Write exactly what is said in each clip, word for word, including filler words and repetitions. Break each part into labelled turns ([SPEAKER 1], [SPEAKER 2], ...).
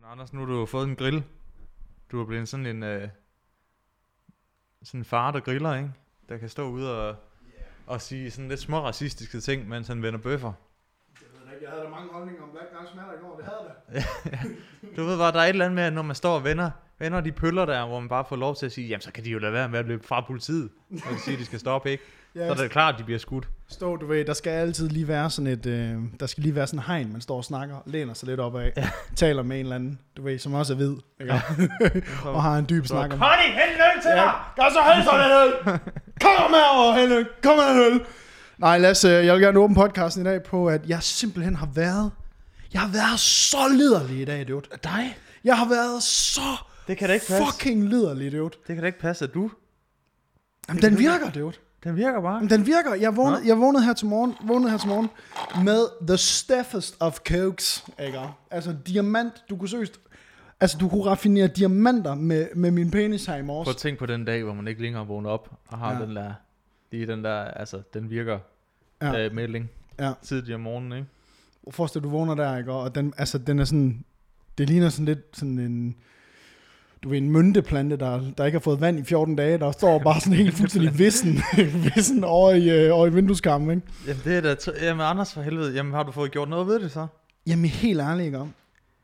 [SPEAKER 1] Anders, nu har du fået en grill. Du er blevet sådan en øh, sådan en far, der griller, ikke? Der kan stå ude og, og sige sådan lidt små racistiske ting, mens han vender bøffer.
[SPEAKER 2] Jeg ved ikke, jeg havde da mange holdninger om Black Lives Matter i går, det havde det.
[SPEAKER 1] Du ved bare, der er et eller andet med, at når man står og vender, vender de pøller der, hvor man bare får lov til at sige, jamen så kan de jo lade være med at løbe fra politiet, og de siger, at de skal stoppe, ikke? Ja, så er det klart, at de bliver skudt.
[SPEAKER 2] Stå, du ved, der skal altid lige være sådan et, øh, der skal lige være sådan en hegn, man står og snakker, læner sig lidt op af, ja. Taler med en eller anden, du ved, som også er hvid, ikke? Ja. Og har en dyb så, snak om.
[SPEAKER 1] Connie, hent en øl til
[SPEAKER 2] ja.
[SPEAKER 1] dig!
[SPEAKER 2] Gør så hent sådan en øl! Kom herover, hent en øl! Kom med en øl! Nej, Lasse, jeg vil gerne åbne podcasten i dag på, at jeg simpelthen har været, jeg har været så liderlig i dag, dude.
[SPEAKER 1] Dig?
[SPEAKER 2] Jeg har været så
[SPEAKER 1] det kan da ikke passe.
[SPEAKER 2] Fucking liderlig, dude.
[SPEAKER 1] Det kan da ikke passe, at du...
[SPEAKER 2] Jamen, den virker, dude.
[SPEAKER 1] Den virker bare.
[SPEAKER 2] Den virker. Jeg vågnede, jeg vågnede her til morgen, vågnede her til morgen med the stiffest of cokes, ikke? Altså diamant, du kunne søst, altså du kunne raffinere diamanter med, med min penis her i morges.
[SPEAKER 1] Prøv at tænke på den dag, hvor man ikke længere vågner op og har ja. den der, lige den der, altså den virker ja. øh, melding ja. tidligere om morgenen, ikke?
[SPEAKER 2] Forestil du vågner der, ikke? Og den, altså den er sådan, det ligner sådan lidt sådan en, du ved, en mynteplante, der, der ikke har fået vand i fjorten dage, der står bare sådan helt fuldstændig vissen, vissen over i, øh, over i vindueskarmen, ikke?
[SPEAKER 1] Jamen det er da, t- jamen Anders for helvede, jamen har du fået gjort noget ved det så?
[SPEAKER 2] Jamen helt ærligt, ikke om.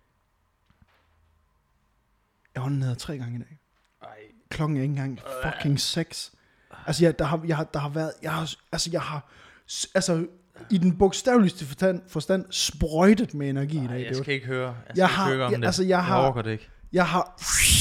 [SPEAKER 2] Jeg var nede tre gange i dag. Ej. Klokken er ikke engang fucking seks. Altså jeg, der har, jeg har, der har været, jeg har, altså jeg har, altså i den bogstaveligste forstand, forstand sprøjtet med energi
[SPEAKER 1] Ej,
[SPEAKER 2] i dag.
[SPEAKER 1] Jeg skal ikke høre, jeg skal
[SPEAKER 2] jeg
[SPEAKER 1] ikke
[SPEAKER 2] har,
[SPEAKER 1] høre om
[SPEAKER 2] jeg,
[SPEAKER 1] det.
[SPEAKER 2] Altså jeg,
[SPEAKER 1] jeg
[SPEAKER 2] har,
[SPEAKER 1] orker det ikke.
[SPEAKER 2] Jeg har,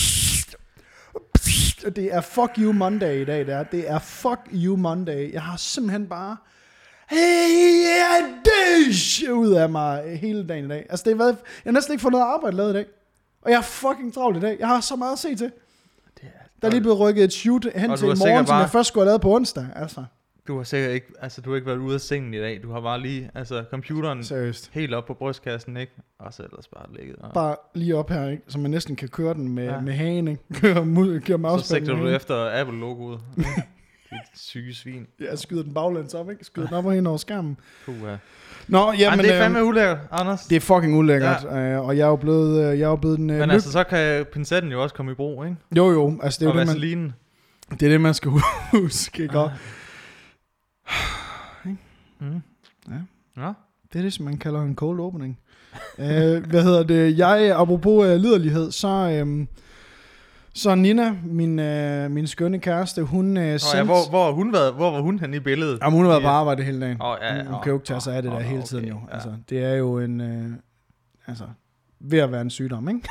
[SPEAKER 2] det er fuck you Monday i dag, det er. Det er fuck you Monday. Jeg har simpelthen bare, hey, yeah, dish, ud af mig hele dagen i dag. Altså det er været, jeg har næsten ikke fået noget arbejde lavet i dag. Og jeg er fucking travlt i dag. Jeg har så meget at se til. Det er, der er lige blevet rykket et shoot hen til i morgen, bare, som jeg først skulle have lavet på onsdag. Altså.
[SPEAKER 1] Du har sikkert ikke, altså du har ikke været ude af sengen i dag. Du har bare lige, altså computeren
[SPEAKER 2] seriøst
[SPEAKER 1] helt op på brystkassen, ikke? Og så ellers bare ligget. Og...
[SPEAKER 2] Bare lige op her, ikke? Så man næsten kan køre den med, ja. med hagen, ikke? Køre, køre mousepad.
[SPEAKER 1] Så sigter du efter Apple-logoet. Dit syge svin.
[SPEAKER 2] Jeg skyder den baglæns op, ikke? Skyder den op og hen over skærmen.
[SPEAKER 1] Puha.
[SPEAKER 2] Nå, jamen,
[SPEAKER 1] Ej, det er fandme øh, ulækkert, Anders.
[SPEAKER 2] Det er fucking ulækkert, ja. øh, og jeg er jo blevet, øh, jeg er jo blevet den... Øh,
[SPEAKER 1] Men løb. Altså, så kan pincetten jo også komme i brug, ikke?
[SPEAKER 2] Jo, jo. Altså, det er
[SPEAKER 1] og
[SPEAKER 2] jo
[SPEAKER 1] det, man,
[SPEAKER 2] det er det, man skal huske, ikke? Ah.
[SPEAKER 1] Mm.
[SPEAKER 2] Ja.
[SPEAKER 1] Ja.
[SPEAKER 2] Det er det, som man kalder en cold opening. øh, hvad hedder det? Jeg, apropos uh, liderlighed, så... Øh, Så Nina, min, øh, min skønne kæreste, hun øh, sendte...
[SPEAKER 1] Ja, hvor, hvor, hun været, hvor var hun henne i billedet?
[SPEAKER 2] Jamen, hun har været på arbejde hele dagen.
[SPEAKER 1] Oh, ja, ja,
[SPEAKER 2] hun, hun kan jo ikke tage sig af det oh, der oh, hele tiden
[SPEAKER 1] okay,
[SPEAKER 2] jo.
[SPEAKER 1] Ja.
[SPEAKER 2] Altså, det er jo en... Øh, altså, ved at være en sygdom, ikke?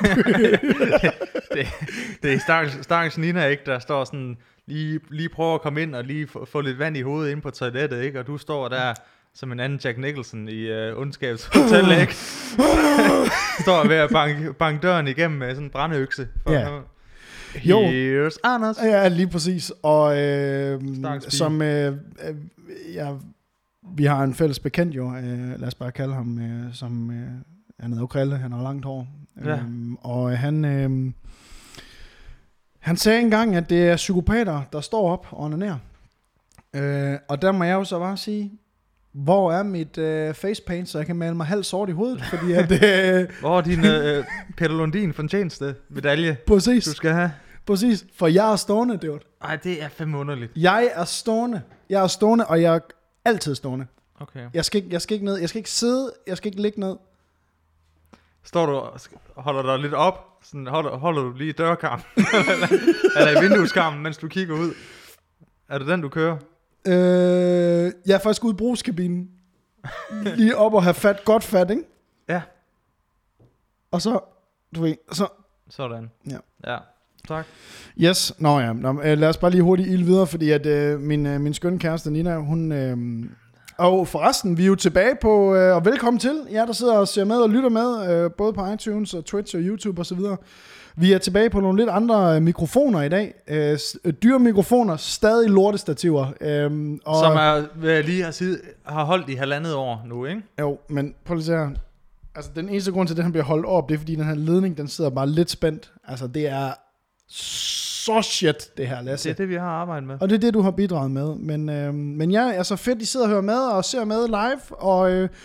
[SPEAKER 1] det, det er stakkels, stakkels Nina, ikke? Der står sådan... Lige, lige prøver at komme ind og lige få, få lidt vand i hovedet ind på toilettet, ikke? Og du står der... Som en anden Jack Nicholson i uh, Ondskabshotel, ikke? Står ved at banke, banke døren igennem med sådan en brændeøkse.
[SPEAKER 2] Ja.
[SPEAKER 1] Jo. Here's Anders.
[SPEAKER 2] Ja, lige præcis. Og øh, som øh, ja, vi har en fælles bekendt jo, øh, lad os bare kalde ham, øh, som øh, han hedder Krille, han har langt hår.
[SPEAKER 1] Ja.
[SPEAKER 2] Øh, og han øh, han sagde engang, at det er psykopater, der står op og onanerer. Øh, og der må jeg jo så bare sige, hvor er mit øh, facepaint, så jeg kan male mig halvt sort i hovedet, fordi at... Øh,
[SPEAKER 1] hvor er din øh, Peter Lundin fortjeneste medalje,
[SPEAKER 2] præcis,
[SPEAKER 1] du skal have?
[SPEAKER 2] Præcis, for jeg er stående, det var.
[SPEAKER 1] Ej, det er fandme underligt.
[SPEAKER 2] Jeg er stående, jeg er stående, og jeg er altid stående.
[SPEAKER 1] Okay.
[SPEAKER 2] Jeg skal ikke, jeg skal ikke ned, jeg skal ikke sidde, jeg skal ikke ligge ned.
[SPEAKER 1] Står du og holder dig lidt op, sådan holder, holder du lige i dørkarmen, eller, eller i vindueskarmen, mens du kigger ud? Er det den, du kører?
[SPEAKER 2] Øh, jeg er faktisk ude i brugskabinen. Lige op og have fat, godt fat, ikke?
[SPEAKER 1] Ja.
[SPEAKER 2] Og så, du ved, så...
[SPEAKER 1] Sådan.
[SPEAKER 2] Ja.
[SPEAKER 1] Ja, tak.
[SPEAKER 2] Yes, nå ja. Nå, lad os bare lige hurtigt ilde videre, fordi at øh, min, øh, min skønne kæreste Nina, hun... Øh, og forresten, vi er jo tilbage på, øh, og velkommen til jer, der sidder og ser med og lytter med, øh, både på iTunes og Twitch og YouTube og så videre. Vi er tilbage på nogle lidt andre øh, mikrofoner i dag. Øh, dyre mikrofoner, stadig lortestativer. Øh, og
[SPEAKER 1] som er, vil lige har, siddet, har holdt i halvandet år nu, ikke?
[SPEAKER 2] Jo, men prøv lige at se her. Altså, den eneste grund til, at den bliver holdt op, det er, fordi den her ledning, den sidder bare lidt spændt. Altså, det er så shit, det her, Lasse.
[SPEAKER 1] Det er det, vi har arbejdet med.
[SPEAKER 2] Og det er det, du har bidraget med. Men, øh, men ja, altså fedt, I sidder og hører med og ser med live. Og øh,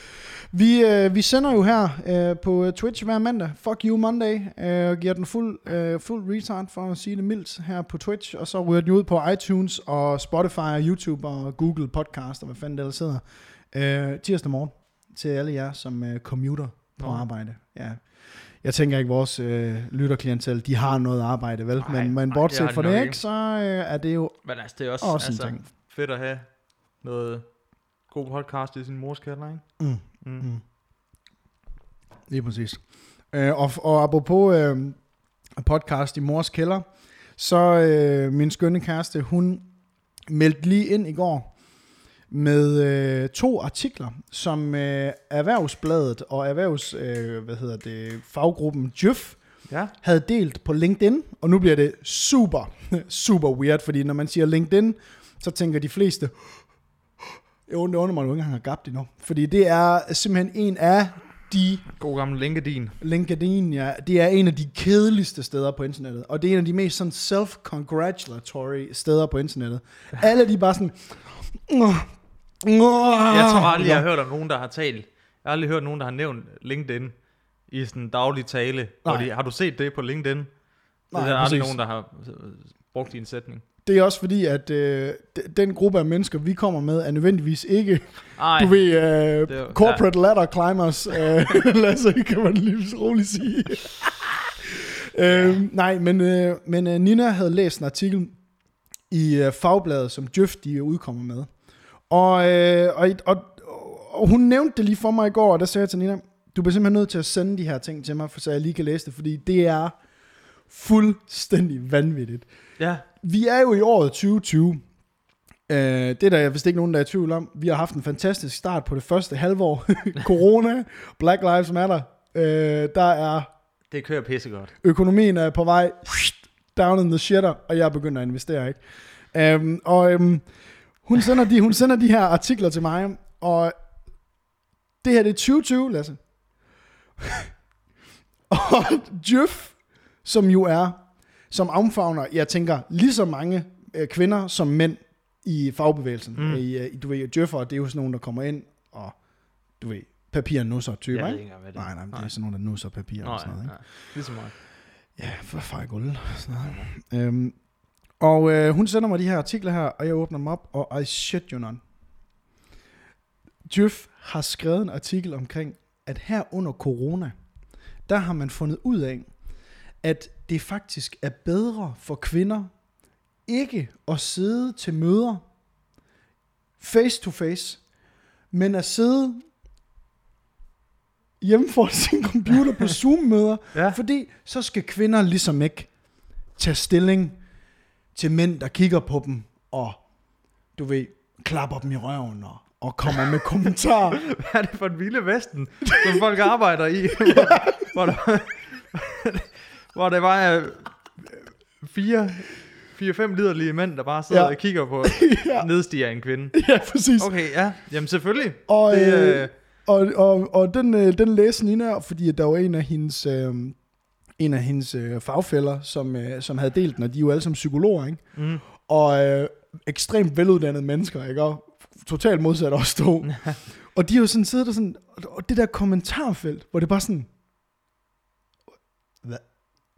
[SPEAKER 2] Vi, øh, vi sender jo her øh, på Twitch hver mandag, Fuck You Monday, øh, og giver den fuld, øh, fuld retard, for at sige det mildt, her på Twitch, og så ryger den ud på iTunes og Spotify og YouTube og Google Podcast, og hvad fanden det ellers sidder, øh, tirsdag morgen, til alle jer, som øh, commuter på oh. arbejde. Ja. Jeg tænker ikke, vores øh, lytterklientel, de har noget arbejde, vel?
[SPEAKER 1] Nej,
[SPEAKER 2] men, men
[SPEAKER 1] nej,
[SPEAKER 2] bortset
[SPEAKER 1] det
[SPEAKER 2] fra det, ikke, så øh, er det jo
[SPEAKER 1] men altså, det er også,
[SPEAKER 2] også
[SPEAKER 1] altså,
[SPEAKER 2] en ting.
[SPEAKER 1] Fedt at have noget god podcast i sin mors kælder, ikke?
[SPEAKER 2] Mm. Mm. Mm. Lige præcis. Øh, og, og apropos øh, podcast i mors kælder, så øh, min skønne kæreste, hun meldte lige ind i går med øh, to artikler, som øh, Erhvervsbladet og Erhvervs, øh, hvad hedder det, faggruppen Djøf
[SPEAKER 1] ja.
[SPEAKER 2] havde delt på LinkedIn, og nu bliver det super, super weird, fordi når man siger LinkedIn, så tænker de fleste, jo, det undrer mig, at du ikke engang har gabt endnu, fordi det er simpelthen en af de...
[SPEAKER 1] God gammel LinkedIn.
[SPEAKER 2] LinkedIn, ja. Det er en af de kedeligste steder på internettet, og det er en af de mest sådan self-congratulatory steder på internettet. Alle de er bare sådan...
[SPEAKER 1] Jeg tror aldrig, jeg har hørt om nogen, der har talt. Jeg har aldrig hørt nogen, der har nævnt LinkedIn i sådan daglig tale. De, har du set det på LinkedIn?
[SPEAKER 2] Nej,
[SPEAKER 1] det er aldrig
[SPEAKER 2] præcis.
[SPEAKER 1] nogen, der har brugt i en sætning.
[SPEAKER 2] Det er også fordi, at øh, den gruppe af mennesker, vi kommer med, er nødvendigvis ikke,
[SPEAKER 1] Ej,
[SPEAKER 2] du ved, øh,
[SPEAKER 1] det er,
[SPEAKER 2] corporate ja. ladder climbers. Øh, Lasse, kan man lige roligt sige. øh, nej, men, øh, men øh, Nina havde læst en artikel i øh, fagbladet, som Djøf, de udkommer med. Og, øh, og, og, og hun nævnte det lige for mig i går, og der sagde jeg til Nina, du bliver simpelthen nødt til at sende de her ting til mig, for så jeg lige kan læse det, fordi det er fuldstændig vanvittigt.
[SPEAKER 1] Ja.
[SPEAKER 2] Vi er jo i året tyve tyve. Øh, det er der vist ikke nogen, der er i tvivl om. Vi har haft en fantastisk start på det første halvår. Corona, Black Lives Matter. Øh, der er...
[SPEAKER 1] Det kører pissegodt.
[SPEAKER 2] Økonomien er på vej down in the shitter, og jeg er begyndt at investere, ikke? Um, og um, hun, sender de, hun sender de her artikler til mig, og det her det er tyve tyve, Lasse. Og Djøf, som jo er, som omfavner, jeg tænker, lige så mange øh, kvinder som mænd i fagbevægelsen. Mm. I, øh, du ved, Djøffer, det er jo sådan nogen, der kommer ind, og du ved, papir nusser typer,
[SPEAKER 1] jeg
[SPEAKER 2] ikke?
[SPEAKER 1] ikke engang,
[SPEAKER 2] nej, nej, det er sådan nogen, der nusser papir nej, og sådan noget, ikke?
[SPEAKER 1] Nej, ligesom mig.
[SPEAKER 2] Ja, for far guld. Øhm, og øh, hun sender mig de her artikler her, og jeg åbner dem op, og I shit you not. Djøf har skrevet en artikel omkring, at her under corona, der har man fundet ud af, at det faktisk er bedre for kvinder ikke at sidde til møder face to face, men at sidde hjemme for sin computer på Zoom-møder, ja. Fordi så skal kvinder ligesom ikke tage stilling til mænd, der kigger på dem, og du ved, klapper dem i røven, og, og kommer med kommentarer.
[SPEAKER 1] Hvad er det for en vilde vesten, som folk arbejder i, hvor, hvor, der, hvor der bare er fire, fire, fem liderlige mænd, der bare sidder ja. og kigger på ja. nedstiger en kvinde.
[SPEAKER 2] Ja, præcis.
[SPEAKER 1] Okay, ja, jamen selvfølgelig.
[SPEAKER 2] Og,
[SPEAKER 1] det,
[SPEAKER 2] øh, Og, og, og den, den læste Nina, fordi der var en af hendes, øh, en af hendes øh, fagfæller, som, øh, som havde delt den, og de er jo alle sammen psykologer, ikke? Mm. Og øh, ekstremt veluddannede mennesker, ikke? Og totalt modsat os to. Og de er jo sådan siddet der sådan, og det der kommentarfelt, hvor det bare sådan, hvad?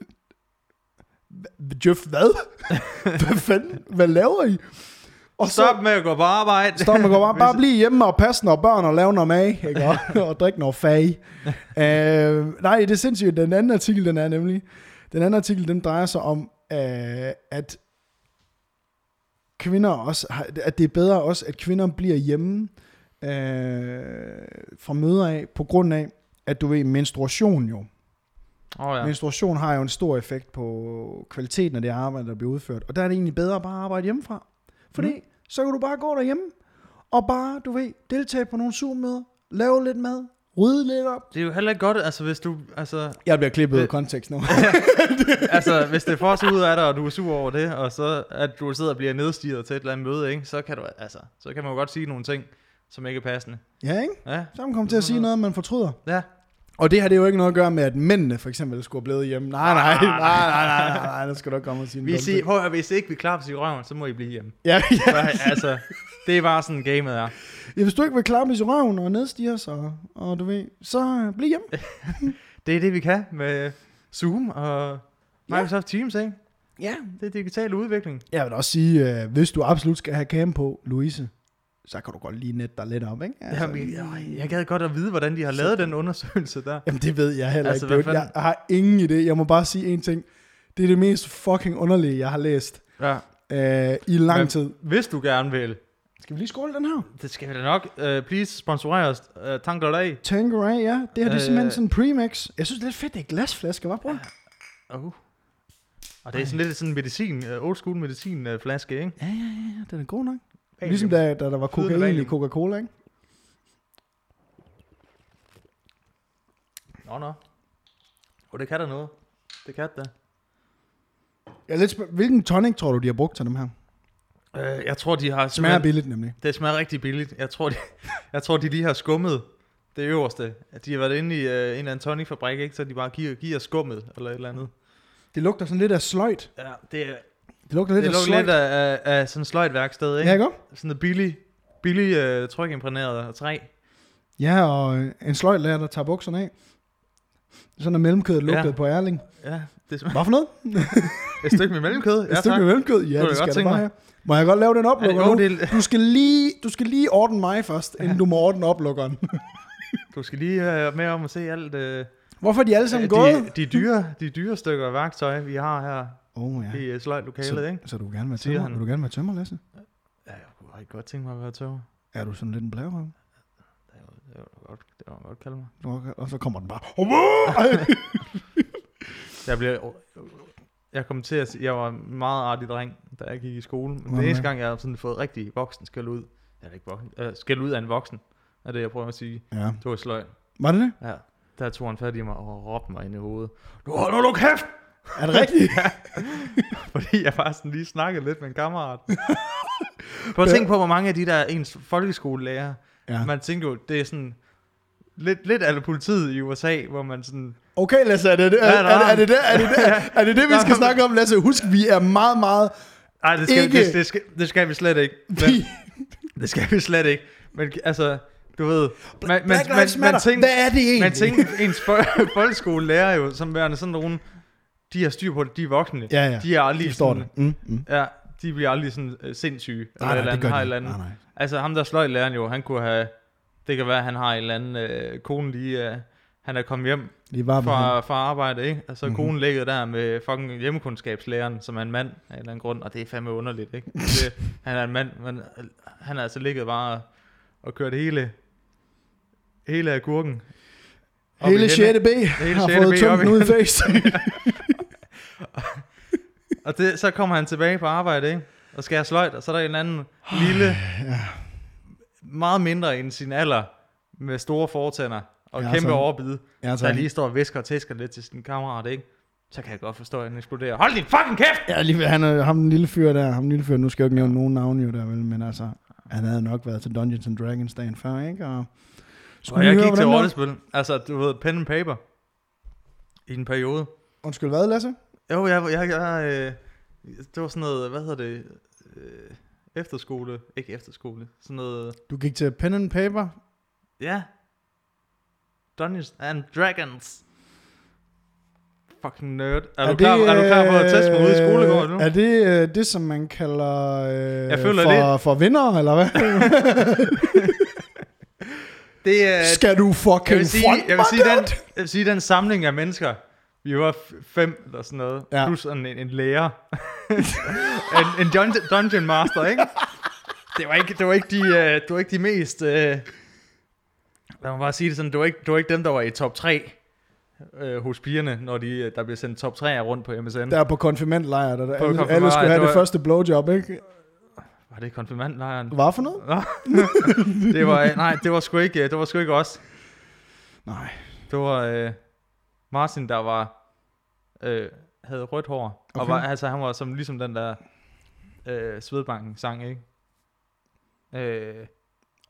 [SPEAKER 2] Djøf, hvad? Hvad fanden? Hvad laver I?
[SPEAKER 1] Og stop så, med at gå på arbejde.
[SPEAKER 2] Stop med at gå på arbejde. Bare blive hjemme og passe nogle børn og lave noget mad, ikke? Og, og drikke noget fag. uh, nej, det er sindssygt. Den anden artikel, den er nemlig, den anden artikel, den drejer sig om, uh, at kvinder også, at det er bedre også, at kvinder bliver hjemme uh, fra møder af, på grund af, at du ved, menstruation jo. Oh, ja. Menstruation har jo en stor effekt på kvaliteten af det arbejde, der bliver udført. Og der er det egentlig bedre at bare arbejde hjemmefra. Fordi mm. så kan du bare gå derhjemme, og bare, du ved, deltage på nogle Zoom-møder, lave lidt mad, rydde lidt op.
[SPEAKER 1] Det er jo heller ikke godt, altså hvis du, altså...
[SPEAKER 2] Jeg bliver klippet ud af kontekst nu.
[SPEAKER 1] Altså, hvis det får sig ud af dig, og du er sur over det, og så at du sidder og bliver nedstiget til et eller andet møde, ikke? Så kan du, altså, så kan man jo godt sige nogle ting, som ikke er passende.
[SPEAKER 2] Ja, ikke? Ja. Så kan man komme til at sige noget, man fortryder.
[SPEAKER 1] Ja.
[SPEAKER 2] Og det har det jo ikke noget at gøre med, at mændene for eksempel skulle have blevet hjemme. Nej, nej, nej, nej, nej, nej, nej, der skal du ikke komme og sige
[SPEAKER 1] vi siger, prøv at, hvis ikke vi klapper sig i røven, så må I blive hjemme.
[SPEAKER 2] Ja, ja.
[SPEAKER 1] Altså, det er bare sådan gamet er.
[SPEAKER 2] Ja, hvis du ikke vil klappe i røven og nedstige og, og du ved, så bliv hjemme.
[SPEAKER 1] Det er det, vi kan med Zoom og Microsoft ja. Teams, ikke?
[SPEAKER 2] Ja.
[SPEAKER 1] Det er digital udvikling.
[SPEAKER 2] Jeg vil også sige, uh, hvis du absolut skal have cam på, Louise, så kan du godt lige nette dig lidt op, ikke? Altså,
[SPEAKER 1] Jamen, jeg, jeg gad godt at vide, hvordan de har lavet den undersøgelse der.
[SPEAKER 2] Jamen, det ved jeg heller
[SPEAKER 1] altså,
[SPEAKER 2] ikke. Jeg har ingen idé. Jeg må bare sige en ting. Det er det mest fucking underlige, jeg har læst
[SPEAKER 1] ja.
[SPEAKER 2] uh, i lang
[SPEAKER 1] Men,
[SPEAKER 2] tid.
[SPEAKER 1] Hvis du gerne vil.
[SPEAKER 2] Skal vi lige scrolle den her?
[SPEAKER 1] Det skal vi da nok. Uh, please sponsor os. Uh, Tangeray.
[SPEAKER 2] Tangeray, ja. Det her det er
[SPEAKER 1] uh,
[SPEAKER 2] simpelthen sådan en premix. Jeg synes, det er lidt fedt, det er glasflaske, hvad bror?
[SPEAKER 1] Uh. Uh. Og det er sådan lidt sådan en medicin, uh, old school medicin uh, flaske, ikke?
[SPEAKER 2] Ja, ja, ja. Den er god nok. Hey, ligesom da, da der var kokain i Coca-Cola, ikke?
[SPEAKER 1] Nå, nå. Og det kan der noget. Det kan det.
[SPEAKER 2] Ja, lidt sp- Hvilken tonic tror du, de har brugt til dem her?
[SPEAKER 1] Uh, jeg tror, de har...
[SPEAKER 2] Smager billigt, nemlig.
[SPEAKER 1] Det smager rigtig billigt. Jeg tror, de, jeg tror, de lige har skummet det øverste. At de har været inde i uh, en eller anden tonicfabrik, ikke? Så de bare giver, giver skummet, eller et eller andet.
[SPEAKER 2] Det lugter sådan lidt af sløjt.
[SPEAKER 1] Ja, det er...
[SPEAKER 2] Det lugter lidt
[SPEAKER 1] det
[SPEAKER 2] af sløjt.
[SPEAKER 1] lidt af, af, af sådan et sløjtværksted, ikke?
[SPEAKER 2] Ja, ikke?
[SPEAKER 1] Sådan noget billig, billig uh, trykimprægneret træ.
[SPEAKER 2] Ja, og en sløjtlærer, der tager bukserne af. Sådan er mellemkødet lugtet ja. på Erling.
[SPEAKER 1] Ja, det er
[SPEAKER 2] Hvad for noget?
[SPEAKER 1] Et stykke med mellemkød?
[SPEAKER 2] Et ja, stykke tak. med mellemkød? Ja, det, det skal du bare have. Må jeg godt lave den oplukker nu? Det... Du, skal lige, du skal lige ordne mig først, ja. inden du må ordne oplukkeren.
[SPEAKER 1] Du skal lige have uh, med om at se alt... Uh,
[SPEAKER 2] Hvorfor er de alle sammen
[SPEAKER 1] de,
[SPEAKER 2] gået?
[SPEAKER 1] De dyre, de dyre stykker af værktøj, vi har her
[SPEAKER 2] oh, ja.
[SPEAKER 1] i uh, sløjtlokalet,
[SPEAKER 2] så,
[SPEAKER 1] ikke?
[SPEAKER 2] Så du vil gerne være tømmer? Vil du gerne være tømmer, Lasse?
[SPEAKER 1] Ja, jeg kunne ikke godt tænke mig at være tømmer.
[SPEAKER 2] Er du sådan lidt en blævrøv?
[SPEAKER 1] Det var godt, det var godt kalde mig.
[SPEAKER 2] Og så kommer den bare...
[SPEAKER 1] jeg bliver... Jeg kom til at sige, jeg var en meget artig dreng, da jeg gik i skole. Men det eneste gang, jeg har sådan fået rigtig voksen skæld ud. Jeg er ikke voksen. Øh, skæld ud af en voksen, er det, jeg prøver at sige.
[SPEAKER 2] Ja.
[SPEAKER 1] Det var sløj.
[SPEAKER 2] Var det det?
[SPEAKER 1] Ja. Der tog han fat i mig og råbte mig ind i hovedet. Du holder nu kæft!
[SPEAKER 2] Er det rigtigt?
[SPEAKER 1] Ja. Fordi jeg bare sådan lige snakkede lidt med en kammerat. Prøv at tænke på, hvor mange af de der ens folkeskolelærer, ja. Man tænker jo, det er sådan lidt, lidt af politiet i U S A, hvor man sådan...
[SPEAKER 2] Okay, Lasse, er det det, er, er, er, er det, det, er det, det, er det, det vi skal snakke om, Lasse? Husk, vi er meget, meget...
[SPEAKER 1] Nej, det skal,
[SPEAKER 2] ikke...
[SPEAKER 1] det, det, skal, det skal vi slet ikke. Men, det skal vi slet ikke. Men altså... Du ved, man, man, man, man tænker,
[SPEAKER 2] hvad er det egentlig?
[SPEAKER 1] Man tænker, ens folkeskolelærer jo, som værende sådan nogen, de har styr på det, de er voksne.
[SPEAKER 2] Ja, ja.
[SPEAKER 1] De er aldrig
[SPEAKER 2] de
[SPEAKER 1] sådan,
[SPEAKER 2] det. Mm, mm.
[SPEAKER 1] Ja, de bliver aldrig sådan uh, sindssyge.
[SPEAKER 2] Nej,
[SPEAKER 1] eller
[SPEAKER 2] nej,
[SPEAKER 1] eller
[SPEAKER 2] det
[SPEAKER 1] andet,
[SPEAKER 2] gør de.
[SPEAKER 1] Nej,
[SPEAKER 2] nej, nej.
[SPEAKER 1] Altså ham der sløjtlæreren jo, han kunne have, det kan være, han har en eller anden øh, kone lige, øh, han er kommet hjem fra, fra arbejde, ikke? Altså mm-hmm. konen ligger der med fucking hjemmekundskabslæreren, som er en mand af en eller anden grund, og det er fandme underligt, ikke? Det, han er en mand, men han har altså ligget bare og kørt hele... Hele agurken.
[SPEAKER 2] Hele sjette B har fået tømt ud i face.
[SPEAKER 1] Og det, så kommer han tilbage på arbejde, ikke? Og skal have sløjt, og så er der en anden lille, ja. meget mindre end sin alder, med store fortænder og ja, kæmpe så. overbid, ja, der lige står og visker og tæsker lidt til sin kammerat, ikke? Så kan jeg godt forstå, at han eksploderer. Hold din fucking kæft!
[SPEAKER 2] Ja, lige, han er ham den lille fyr der, ham den lille fyr, nu skal jeg jo ikke nævne nogen navne jo der, vel, men altså, han havde nok været til Dungeons and Dragons dagen før, ikke? Og
[SPEAKER 1] og jeg gik til rollespil. Altså, du ved, pen and paper. I en periode.
[SPEAKER 2] Undskyld, hvad, Lasse?
[SPEAKER 1] Jo, jeg, jeg, jeg øh, det var sådan noget, hvad hedder det, øh, efterskole. Ikke efterskole, sådan noget.
[SPEAKER 2] Du gik til pen and paper?
[SPEAKER 1] Ja. Dungeons and Dragons. Fucking nerd. Er, er, du, klar, er du klar på at teste mig ude i skolegården nu?
[SPEAKER 2] Er det øh, det, som man kalder øh,
[SPEAKER 1] jeg føler
[SPEAKER 2] for,
[SPEAKER 1] det.
[SPEAKER 2] for vinder, eller hvad?
[SPEAKER 1] Det, uh,
[SPEAKER 2] skal du fucking
[SPEAKER 1] jeg vil sige, jeg vil sige, den, jeg vil sige, den samling af mennesker, vi var fem eller sådan noget, ja. Plus en, en lærer, en, en dungeon, dungeon master, ikke? Det var ikke, det var ikke de, uh, det var ikke de mest, uh, lad mig bare sige det sådan, det var ikke, det var ikke dem, der var i top tre uh, hos pigerne, når de, der blev sendt top tre rundt på M S N.
[SPEAKER 2] Der på konfirmandlejr, der, der alle, konfirmand, alle skulle have det,
[SPEAKER 1] det
[SPEAKER 2] var, første blowjob, ikke?
[SPEAKER 1] Var det konfirmandlejren?
[SPEAKER 2] Hvad for noget?
[SPEAKER 1] det var, nej, det var sgu ikke, det var sgu ikke os.
[SPEAKER 2] Nej.
[SPEAKER 1] Det var uh, Martin, der var, uh, havde rødt hår. Okay. Og var, altså, han var som ligesom den der uh, Svedbanken sang, ikke? Uh,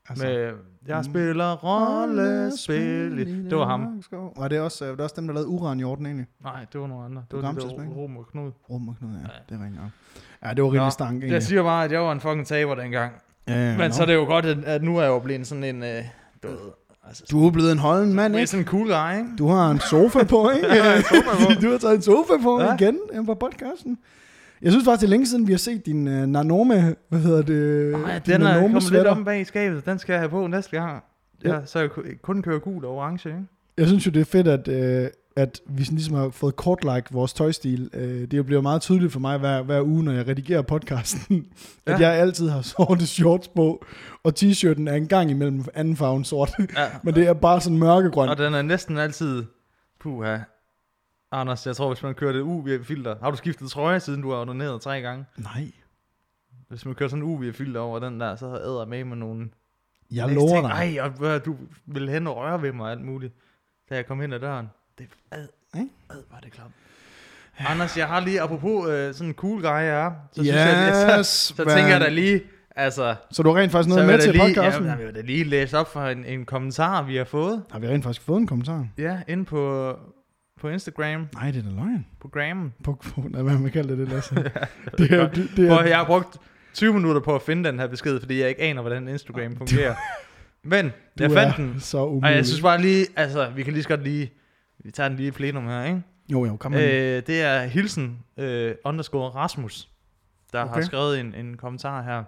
[SPEAKER 2] Altså,
[SPEAKER 1] Med, jeg spiller rollespil. i- Det var ham.
[SPEAKER 2] Var det også, var det også dem, der lavede Uran-Jorden egentlig?
[SPEAKER 1] Nej, det var nogle andre. Det
[SPEAKER 2] Du
[SPEAKER 1] var
[SPEAKER 2] gamle
[SPEAKER 1] det der
[SPEAKER 2] tidsmængde.
[SPEAKER 1] Rom og Knud.
[SPEAKER 2] Rum og Knud, ja.
[SPEAKER 1] Ja.
[SPEAKER 2] Det er rigtig nok. Ja, det var rimelig
[SPEAKER 1] Nå,
[SPEAKER 2] stank egentlig.
[SPEAKER 1] Jeg siger bare, at jeg var en fucking taber dengang.
[SPEAKER 2] Ja,
[SPEAKER 1] Men
[SPEAKER 2] nå.
[SPEAKER 1] så er det jo godt, at, at nu er jeg jo blevet sådan en... Øh, du ved, altså,
[SPEAKER 2] Du er blevet en holden mand,
[SPEAKER 1] du er
[SPEAKER 2] ikke?
[SPEAKER 1] sådan en cool guy, ikke?
[SPEAKER 2] Du har en sofa på, ikke?
[SPEAKER 1] Jeg har en sofa på.
[SPEAKER 2] Du har taget en sofa på
[SPEAKER 1] Ja.
[SPEAKER 2] igen øh, på podcasten. Jeg synes faktisk, det er længe siden, vi har set din uh, Nanome, hvad hedder det?
[SPEAKER 1] Nej,
[SPEAKER 2] din
[SPEAKER 1] den er kommet lidt
[SPEAKER 2] sweater.
[SPEAKER 1] om bag i skabet. Den skal jeg have på næste gang. Ja, ja. Så jeg ku- kun kører gul og orange, ikke?
[SPEAKER 2] Jeg synes jo, det er fedt, at, øh, at vi sådan ligesom har fået kortlagt vores tøjstil. Øh, det bliver meget tydeligt for mig hver, hver uge, når jeg redigerer podcasten, ja. at jeg altid har sorte shorts på, og t-shirten er en gang imellem anden farven sort.
[SPEAKER 1] Ja.
[SPEAKER 2] Men det er bare sådan mørkegrøn.
[SPEAKER 1] Og den er næsten altid... Puha. Anders, jeg tror, hvis man kører det U V-filter... Har du skiftet trøje, siden du har ordineret tre gange?
[SPEAKER 2] Nej,
[SPEAKER 1] Hvis man kører sådan en U V-filter over den der, så æder med med nogle...
[SPEAKER 2] jeg
[SPEAKER 1] Læs
[SPEAKER 2] lover
[SPEAKER 1] ting.
[SPEAKER 2] dig.
[SPEAKER 1] Ej, og hvad, du vil hen og røre ved mig og alt muligt, da jeg kom ind ad døren. Det ad,
[SPEAKER 2] Eh?
[SPEAKER 1] ad var det klart. Anders, jeg har lige, apropos øh, sådan en cool guy, jeg er, så,
[SPEAKER 2] Yes,
[SPEAKER 1] synes jeg, så, så
[SPEAKER 2] hvad-
[SPEAKER 1] tænker jeg da lige, altså...
[SPEAKER 2] Så du har rent faktisk
[SPEAKER 1] så
[SPEAKER 2] noget
[SPEAKER 1] vil
[SPEAKER 2] med
[SPEAKER 1] jeg
[SPEAKER 2] til
[SPEAKER 1] da lige,
[SPEAKER 2] podcasten?
[SPEAKER 1] Ja, jeg vil da lige læse op for en, en kommentar, vi har fået.
[SPEAKER 2] Har vi rent faktisk fået en kommentar?
[SPEAKER 1] Ja, inde på, på Instagram,
[SPEAKER 2] Nej, det er da løgn.
[SPEAKER 1] på Grammen.
[SPEAKER 2] På, på, nej, hvad man kalder det, Lasse. det er, det, det
[SPEAKER 1] Hvor
[SPEAKER 2] er,
[SPEAKER 1] jeg har brugt tyve minutter på at finde den her besked, fordi jeg ikke aner, hvordan Instagram fungerer. Men jeg
[SPEAKER 2] du
[SPEAKER 1] fandt
[SPEAKER 2] er
[SPEAKER 1] den,
[SPEAKER 2] så
[SPEAKER 1] og
[SPEAKER 2] umulig.
[SPEAKER 1] jeg synes bare lige, altså, vi kan lige så godt lige, vi tager den lige i plenum her, ikke?
[SPEAKER 2] Jo, jo, kom med.
[SPEAKER 1] Øh, det er Hilsen øh, underscore Rasmus, der okay. har
[SPEAKER 2] Okay.
[SPEAKER 1] skrevet en, en kommentar her.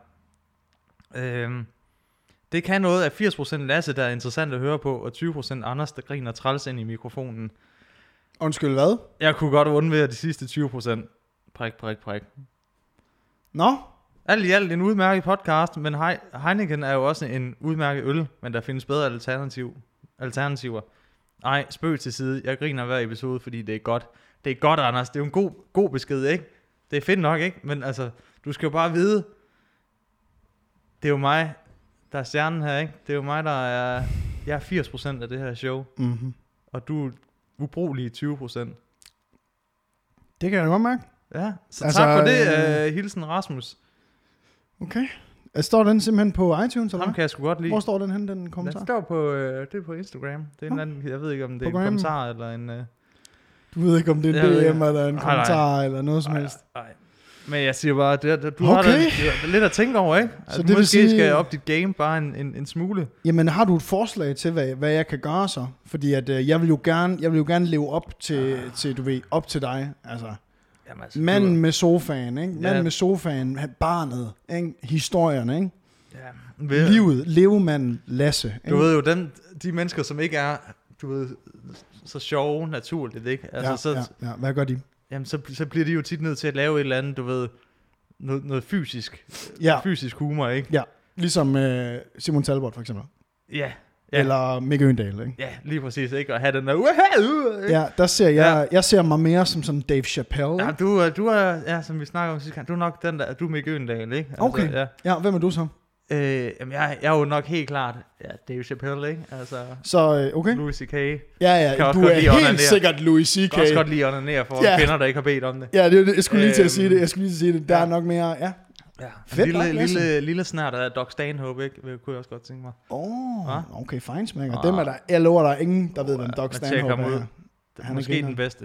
[SPEAKER 1] Øh, det kan noget af firs procent Lasse, der er interessant at høre på, og tyve procent Anders, der griner træls ind i mikrofonen.
[SPEAKER 2] Undskyld, hvad?
[SPEAKER 1] Jeg kunne godt undvære de sidste tyve procent. Prik, prik, prik.
[SPEAKER 2] Nå?
[SPEAKER 1] Alt i alt en udmærket podcast, men Hei- Heineken er jo også en udmærket øl, men der findes bedre alternativ, alternativer. Ej, spøg til side. Jeg griner hver episode, fordi det er godt. Det er godt, Anders. Det er jo en god, god besked, ikke? Det er fedt nok, ikke? Men altså, du skal jo bare vide, det er jo mig, der er stjernen her, ikke? Det er jo mig, der er... Jeg er firs procent af det her show,
[SPEAKER 2] Mm-hmm.
[SPEAKER 1] og du er ubrugelige tyve procent.
[SPEAKER 2] Det kan jeg da godt mærke.
[SPEAKER 1] Ja, så
[SPEAKER 2] Altså,
[SPEAKER 1] tak for det,
[SPEAKER 2] øh,
[SPEAKER 1] uh, Hilsen Rasmus.
[SPEAKER 2] Okay. Altså, står den simpelthen på iTunes, eller
[SPEAKER 1] Ham
[SPEAKER 2] hvad?
[SPEAKER 1] kan jeg sgu godt lide.
[SPEAKER 2] Hvor står den hen, den
[SPEAKER 1] Den
[SPEAKER 2] kommentar?
[SPEAKER 1] står på, øh, det er på Instagram. Det er en
[SPEAKER 2] Nå.
[SPEAKER 1] anden, jeg ved ikke, om det er
[SPEAKER 2] På
[SPEAKER 1] en
[SPEAKER 2] Gram.
[SPEAKER 1] kommentar eller en... Øh,
[SPEAKER 2] Du ved ikke, om det er
[SPEAKER 1] Jeg ved
[SPEAKER 2] en D M
[SPEAKER 1] ikke.
[SPEAKER 2] eller en
[SPEAKER 1] Nej,
[SPEAKER 2] kommentar eller noget som
[SPEAKER 1] ej,
[SPEAKER 2] helst.
[SPEAKER 1] ej. Men jeg siger bare, det, det, du har
[SPEAKER 2] Okay.
[SPEAKER 1] da, du har lidt at tænke over, ikke?
[SPEAKER 2] Så
[SPEAKER 1] Så
[SPEAKER 2] det
[SPEAKER 1] du
[SPEAKER 2] vil
[SPEAKER 1] måske
[SPEAKER 2] sige-
[SPEAKER 1] skal op dit game bare en, en, en smule.
[SPEAKER 2] Jamen, har du et forslag til, hvad, hvad jeg kan gøre så? Fordi at, øh, jeg vil jo gerne, jeg vil jo gerne leve op til,
[SPEAKER 1] Ah.
[SPEAKER 2] til, du ved, op til dig. Altså,
[SPEAKER 1] Jamen, altså,
[SPEAKER 2] manden med sofaen, ikke? Manden
[SPEAKER 1] Ja.
[SPEAKER 2] med sofaen, barnet, ikke? Historierne, ikke?
[SPEAKER 1] du, ja, ved,
[SPEAKER 2] Livet, levemanden Lasse. Ikke?
[SPEAKER 1] Du ved jo, den, de mennesker, som ikke er, du ved, så sjove naturligt, ikke? Altså,
[SPEAKER 2] ja,
[SPEAKER 1] så,
[SPEAKER 2] ja, ja, hvad gør de?
[SPEAKER 1] Jamen, så, så bliver de jo tit nødt til at lave et eller andet, du ved, noget, noget fysisk,
[SPEAKER 2] Ja.
[SPEAKER 1] fysisk humor, ikke?
[SPEAKER 2] Ja, ligesom øh, Simon Talbot for eksempel.
[SPEAKER 1] Ja.
[SPEAKER 2] Ja.
[SPEAKER 1] Ja.
[SPEAKER 2] Eller Mikke Øndal, ikke?
[SPEAKER 1] Ja, lige præcis, ikke? Og have den der, uh,
[SPEAKER 2] Ja, der ser jeg, jeg ser mig mere som sådan Dave Chappelle.
[SPEAKER 1] Ja,
[SPEAKER 2] Ja.
[SPEAKER 1] du, er- du er, ja, som vi snakker om sidste gang, du er nok den der, du er Mikke Øndal, ikke?
[SPEAKER 2] Okay.
[SPEAKER 1] ja.
[SPEAKER 2] ja, hvem er du så?
[SPEAKER 1] Øh, jamen, jeg, jeg er jo nok helt klart, ja, Dave Chappelle, ikke? Altså,
[SPEAKER 2] Så, øh, okay.
[SPEAKER 1] Louis C K.
[SPEAKER 2] Ja,
[SPEAKER 1] Kan
[SPEAKER 2] ja,
[SPEAKER 1] også
[SPEAKER 2] du
[SPEAKER 1] godt
[SPEAKER 2] er
[SPEAKER 1] lide
[SPEAKER 2] helt
[SPEAKER 1] onanere.
[SPEAKER 2] sikkert Louis C K.
[SPEAKER 1] Jeg kan også godt lide at onanere for
[SPEAKER 2] Ja.
[SPEAKER 1] kvinder, der ikke har bedt om det.
[SPEAKER 2] Ja, det, det, jeg skulle lige til at sige
[SPEAKER 1] Øhm,
[SPEAKER 2] det. Jeg skulle lige til at sige det. Der
[SPEAKER 1] ja.
[SPEAKER 2] er nok mere, ja.
[SPEAKER 1] Ja.
[SPEAKER 2] Fedt
[SPEAKER 1] lille,
[SPEAKER 2] nok, Lasse.
[SPEAKER 1] lille, lille snart af Doc Stanhope, ikke? Det kunne jeg også godt tænke mig.
[SPEAKER 2] Åh,
[SPEAKER 1] Hva?
[SPEAKER 2] oh, okay, fejnsmækker.
[SPEAKER 1] Ah.
[SPEAKER 2] Dem er der, jeg lover, der er ingen, der ved, hvem Doc
[SPEAKER 1] Man tjekker
[SPEAKER 2] Stanhope
[SPEAKER 1] ham ud.
[SPEAKER 2] er.
[SPEAKER 1] Det
[SPEAKER 2] Han
[SPEAKER 1] er
[SPEAKER 2] er
[SPEAKER 1] måske
[SPEAKER 2] griner.
[SPEAKER 1] den bedste.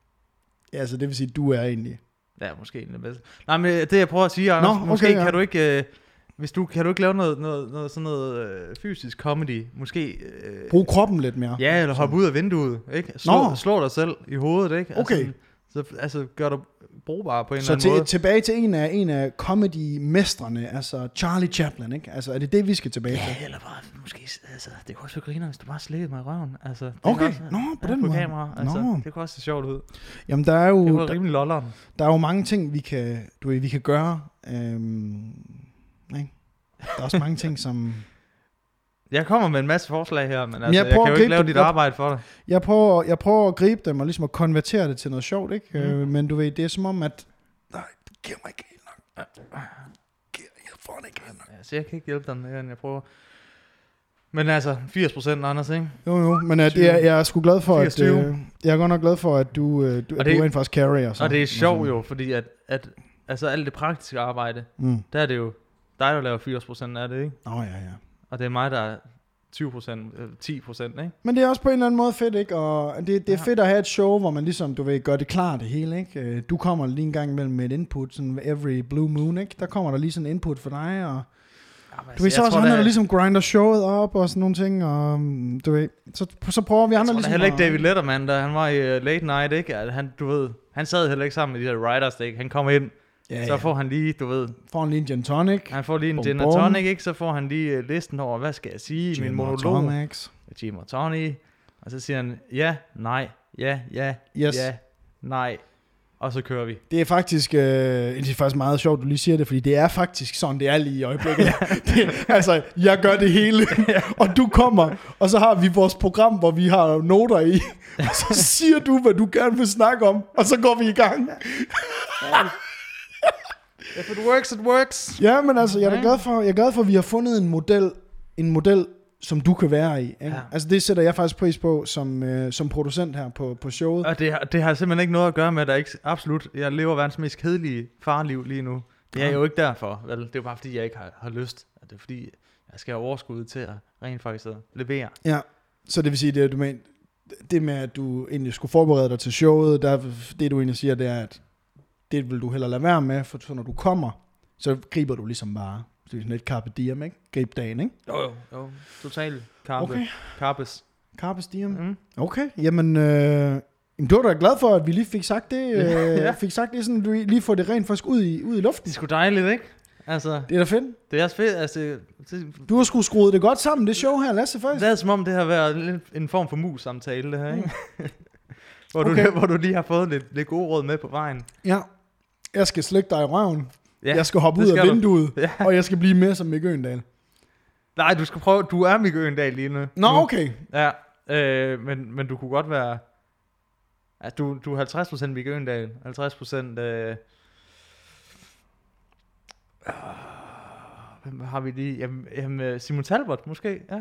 [SPEAKER 2] Ja, så det vil sige, du er egentlig.
[SPEAKER 1] Ja, måske den bedste. Nej, men det jeg prøver at sige, Anders,
[SPEAKER 2] Nå, okay,
[SPEAKER 1] måske
[SPEAKER 2] ja.
[SPEAKER 1] kan du ikke... Øh, hvis du, kan du ikke lave noget, noget, noget sådan noget øh, fysisk comedy? Måske... Øh,
[SPEAKER 2] Brug kroppen lidt mere.
[SPEAKER 1] Ja, eller hoppe ud af vinduet, ikke? Slå,
[SPEAKER 2] Nå.
[SPEAKER 1] slå dig selv i hovedet, ikke?
[SPEAKER 2] Okay.
[SPEAKER 1] Altså, så, altså gør dig brugbar på en
[SPEAKER 2] Så
[SPEAKER 1] eller anden
[SPEAKER 2] til,
[SPEAKER 1] måde.
[SPEAKER 2] tilbage til en af, en af comedy-mestrene, altså Charlie Chaplin, ikke? Altså, er det det, vi skal tilbage til?
[SPEAKER 1] Ja, eller bare, måske, altså, det kunne også være griner, hvis du bare slikkede mig i røven. Altså, det
[SPEAKER 2] Okay,
[SPEAKER 1] kan også,
[SPEAKER 2] nå, på
[SPEAKER 1] ja,
[SPEAKER 2] den
[SPEAKER 1] på
[SPEAKER 2] måde.
[SPEAKER 1] kamera, altså,
[SPEAKER 2] Nå.
[SPEAKER 1] det kunne også se sjovt ud.
[SPEAKER 2] Jamen, der er
[SPEAKER 1] Det
[SPEAKER 2] jo,
[SPEAKER 1] kunne være
[SPEAKER 2] der,
[SPEAKER 1] rimelig lolleren.
[SPEAKER 2] der er jo mange ting, vi kan, du ved, vi kan gøre. Øhm, ikke? Der er også mange ting, som...
[SPEAKER 1] Jeg kommer med en masse forslag her, men altså,
[SPEAKER 2] jeg
[SPEAKER 1] jeg, jeg
[SPEAKER 2] prøver
[SPEAKER 1] kan jo
[SPEAKER 2] at
[SPEAKER 1] ikke
[SPEAKER 2] gribe
[SPEAKER 1] lave
[SPEAKER 2] dem.
[SPEAKER 1] dit
[SPEAKER 2] Jeg-
[SPEAKER 1] arbejde for dig.
[SPEAKER 2] Jeg prøver, jeg prøver at gribe dem og ligesom at konvertere det til noget sjovt, ikke?
[SPEAKER 1] Mm.
[SPEAKER 2] Mm. Øh, men du ved, det er som om, at... Nej, det giver mig ikke helt nok. Giver- Jeg får det ikke helt nok.
[SPEAKER 1] Altså, jeg kan ikke hjælpe dig mere, end jeg prøver. Men altså, firs procent Anders, ikke?
[SPEAKER 2] Jo, jo, men at jeg, jeg er sgu glad for, at...
[SPEAKER 1] fireogtyve.
[SPEAKER 2] Øh, jeg er godt nok glad for, at du, øh, du,
[SPEAKER 1] Og
[SPEAKER 2] at
[SPEAKER 1] det-
[SPEAKER 2] du rent faktisk carrier. Så.
[SPEAKER 1] Og det er sjovt jo, fordi at, at altså, alt det praktiske arbejde,
[SPEAKER 2] Mm.
[SPEAKER 1] der er det jo dig, der laver firs procent af det, ikke?
[SPEAKER 2] Nå, ja, ja.
[SPEAKER 1] og det er mig, der er tyve procent, ti procent, ikke?
[SPEAKER 2] Men det er også på en eller anden måde fedt, ikke? Og det, det er
[SPEAKER 1] ja.
[SPEAKER 2] fedt at have et show, hvor man ligesom, du ved, gør det klar det hele, ikke? Du kommer lige en gang imellem med et input, sådan every blue moon, ikke? Der kommer der lige sådan en input for dig, og ja, du ved, så også han, der ligesom grinder showet op og sådan nogle ting, og du ved, så, så prøver vi andre ligesom...
[SPEAKER 1] Jeg tror heller ikke David Letterman, da han var i uh, Late Night, ikke? Han, du ved, han sad heller ikke sammen med de der writers, ikke? Han kommer ind, ja, så får han lige, du ved...
[SPEAKER 2] Får han lige en gin tonic.
[SPEAKER 1] Han får lige en gin og tonic, ikke? Så får han lige uh, listen over, hvad skal jeg sige i min monolog. Jim og Tony. Og så siger han, ja, nej, ja, ja, yes. ja, nej. Og så kører vi.
[SPEAKER 2] Det er faktisk, øh, det er faktisk meget sjovt, du lige siger det, fordi det er faktisk sådan, det er lige i øjeblikket. det, altså, jeg gør det hele, og du kommer, og så har vi vores program, hvor vi har noter i, og så siger du, hvad du gerne vil snakke om, og så går vi i gang.
[SPEAKER 1] If it works, it works.
[SPEAKER 2] Ja, men altså, jeg er glad for, jeg er glad for, at vi har fundet en model, en model, som du kan være i. Ikke? Ja. Altså det sætter jeg faktisk pris på som, øh, som producent her på, på showet.
[SPEAKER 1] Og det har, det har simpelthen ikke noget at gøre med, at der ikke, absolut, jeg lever verdens mest kedelige farliv lige nu. Det er ja. jo ikke derfor, vel? Det er jo bare fordi, jeg ikke har, har lyst. Det er fordi, jeg skal have overskud til at rent faktisk at levere.
[SPEAKER 2] Ja, så det vil sige, det, du mener, det med, at du egentlig skulle forberede dig til showet, der, det du egentlig siger, det er, at det vil du hellere lade være med, for så når du kommer, så griber du ligesom bare... Så det er sådan lidt carpe diem, ikke? Grib dagen, ikke?
[SPEAKER 1] Jo, jo, jo. Totalt carpe. Okay. Carpes.
[SPEAKER 2] Carpes diem. Mm. Okay, jamen, øh, du er da glad for, at vi lige fik sagt det. Øh, ja. Fik sagt det, sådan, du lige får det rent faktisk ud i, ud i luften.
[SPEAKER 1] Det er sgu dejligt, ikke? Altså,
[SPEAKER 2] det er da fedt.
[SPEAKER 1] Det er også fedt, altså... Det,
[SPEAKER 2] du har sgu skruet det godt sammen, det show her, Lasse, faktisk.
[SPEAKER 1] Det er som om, det har været en form for mus-samtale, det her, ikke? Mm. hvor, okay. du, hvor du lige har fået lidt, lidt gode råd med på vejen.
[SPEAKER 2] Ja. Jeg skal slække dig i røven. Ja, jeg skal hoppe ud af vinduet, ja. Og jeg skal blive mere som Mikke Øgendahl.
[SPEAKER 1] Nej, du skal prøve, du er Mikke Øgendahl lige nu.
[SPEAKER 2] Nå, okay.
[SPEAKER 1] Ja, øh, men, men du kunne godt være, altså, du, du er halvtreds procent Mikke Øgendahl, halvtreds procent, øh, øh, hvem har vi lige, jamen, jamen Simon Talbot måske, ja.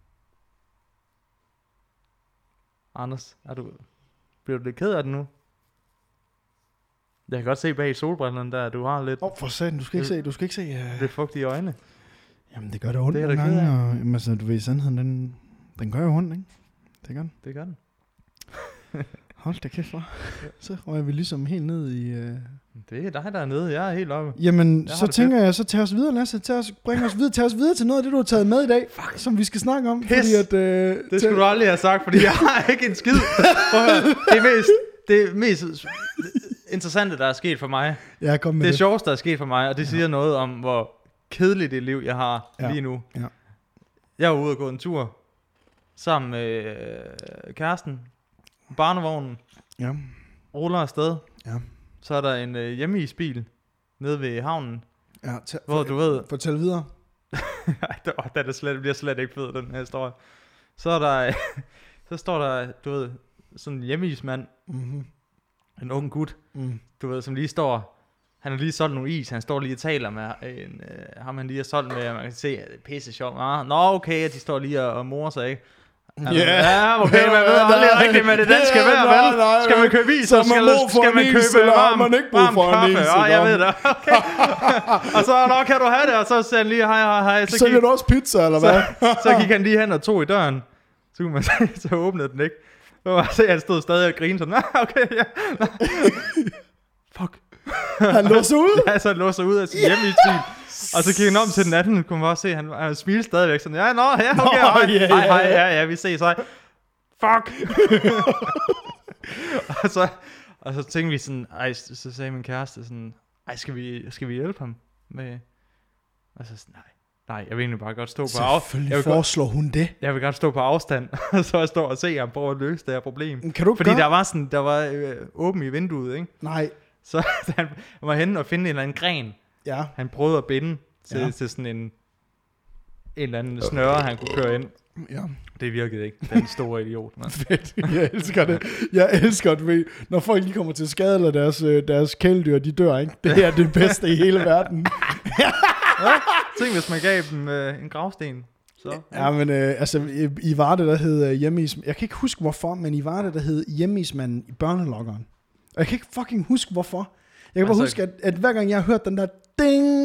[SPEAKER 1] Anders, er du, bliver du lidt ked af det nu? Jeg kan godt se bag solbrillerne der, du har lidt...
[SPEAKER 2] Åh, oh, for satan, du skal ikke se, du skal ikke se... Uh...
[SPEAKER 1] Lidt fugt i øjnene.
[SPEAKER 2] Jamen, det gør det ondt det nogle gange, og jamen, altså, du ved, sandheden, den, den gør jo ondt, ikke? Det gør den.
[SPEAKER 1] Det gør den.
[SPEAKER 2] Hold da kæft, for. Så røger vi ligesom helt ned i... Uh...
[SPEAKER 1] Det er dig, der er nede, jeg er helt oppe.
[SPEAKER 2] Jamen, jeg så tænker fedt. jeg, så tag os videre, Lasse, tag os, bring os videre, tag os videre til noget af det, du har taget med i dag, Fuck. som vi skal snakke om.
[SPEAKER 1] Pis.
[SPEAKER 2] Fordi at, uh,
[SPEAKER 1] det skulle du aldrig have sagt, fordi jeg har ikke en skid. Det er mest... Det mest interessante, der er sket for mig,
[SPEAKER 2] ja, kom med
[SPEAKER 1] det er
[SPEAKER 2] det.
[SPEAKER 1] sjoveste, der er sket for mig, og det siger ja. noget om, hvor kedeligt det liv, jeg har ja. lige nu.
[SPEAKER 2] Ja.
[SPEAKER 1] Jeg var ude og gå en tur, sammen med øh, kæresten, barnevognen,
[SPEAKER 2] ja.
[SPEAKER 1] ruller afsted.
[SPEAKER 2] Ja.
[SPEAKER 1] Så er der en øh, hjemmeisbil nede ved havnen,
[SPEAKER 2] ja, t-
[SPEAKER 1] hvor
[SPEAKER 2] for,
[SPEAKER 1] du ved...
[SPEAKER 2] Fortæl videre.
[SPEAKER 1] det, det, det slet, bliver slet ikke fed, den her historie. Så er der, så står der, du ved... sådan en hjemmeismand, mm-hmm. en ung gut, mm. du ved, som lige står, han har lige solgt nogle is, han står lige og taler med en, øh, ham han lige har solgt med, man kan se, at det er pisse sjovt, ah, nå okay, at de står lige og, og morer sig, ikke? Altså, yeah. Ja, okay, man ved aldrig rigtigt, hvad det danske yeah, vejr, vel? Nej, skal man købe is, så skal, man, skal man købe varm,
[SPEAKER 2] man ikke varm
[SPEAKER 1] kaffe, ja, jeg ved det, okay. Og så, nå, kan du have det, og så siger han lige, hej, hej, hej. Så
[SPEAKER 2] sælger du også pizza, eller hvad?
[SPEAKER 1] så, så gik han lige hen og tog i døren, så, man, så åbnede den ikke. Så se, han stod stadig og grinede sådan, ah, okay, ja. Fuck.
[SPEAKER 2] Han låser ud?
[SPEAKER 1] Ja, så han låser ud af sin yes! hjemmeisbil. Og så kiggede han om til den anden, kunne man også se, han, han smilte stadigvæk sådan, ja, nå, ja, okay, nå, hej, yeah, hej, hej, ja, ja, vi ses, hej. Fuck. og, så, og så tænkte vi sådan, ej, så sagde min kæreste sådan, ej, skal vi, skal vi hjælpe ham med, og så sådan, nej. Nej, jeg vil egentlig bare godt stå på afstand.
[SPEAKER 2] Selvfølgelig foreslår hun det.
[SPEAKER 1] Jeg vil godt stå på afstand, og så stå og se ham prøve at løse det her problem.
[SPEAKER 2] Kan du
[SPEAKER 1] Fordi
[SPEAKER 2] gøre?
[SPEAKER 1] der var sådan, der var øh, åben i vinduet, ikke?
[SPEAKER 2] Nej.
[SPEAKER 1] Så han var henne og finde en eller anden gren.
[SPEAKER 2] Ja.
[SPEAKER 1] Han prøvede at binde til, ja. til sådan en, en eller anden snøre, han kunne køre ind.
[SPEAKER 2] Ja.
[SPEAKER 1] Det virkede ikke. Den store idiot, man.
[SPEAKER 2] Fedt. Jeg elsker det. Jeg elsker det, når folk lige kommer til skade, eller deres, deres kæledyr, de dør, ikke? Det er det bedste i hele verden.
[SPEAKER 1] Ja, tænk hvis man gav dem øh, en gravsten. Så, ja.
[SPEAKER 2] ja, men øh, altså, i, i Varde, der hed øh, hjemmeismanden, jeg kan ikke huske hvorfor, men i Varde, der hed hjemmeismanden i børnelokkeren. Og jeg kan ikke fucking huske hvorfor. Jeg kan bare altså, huske, at, at hver gang jeg har hørt den der ding,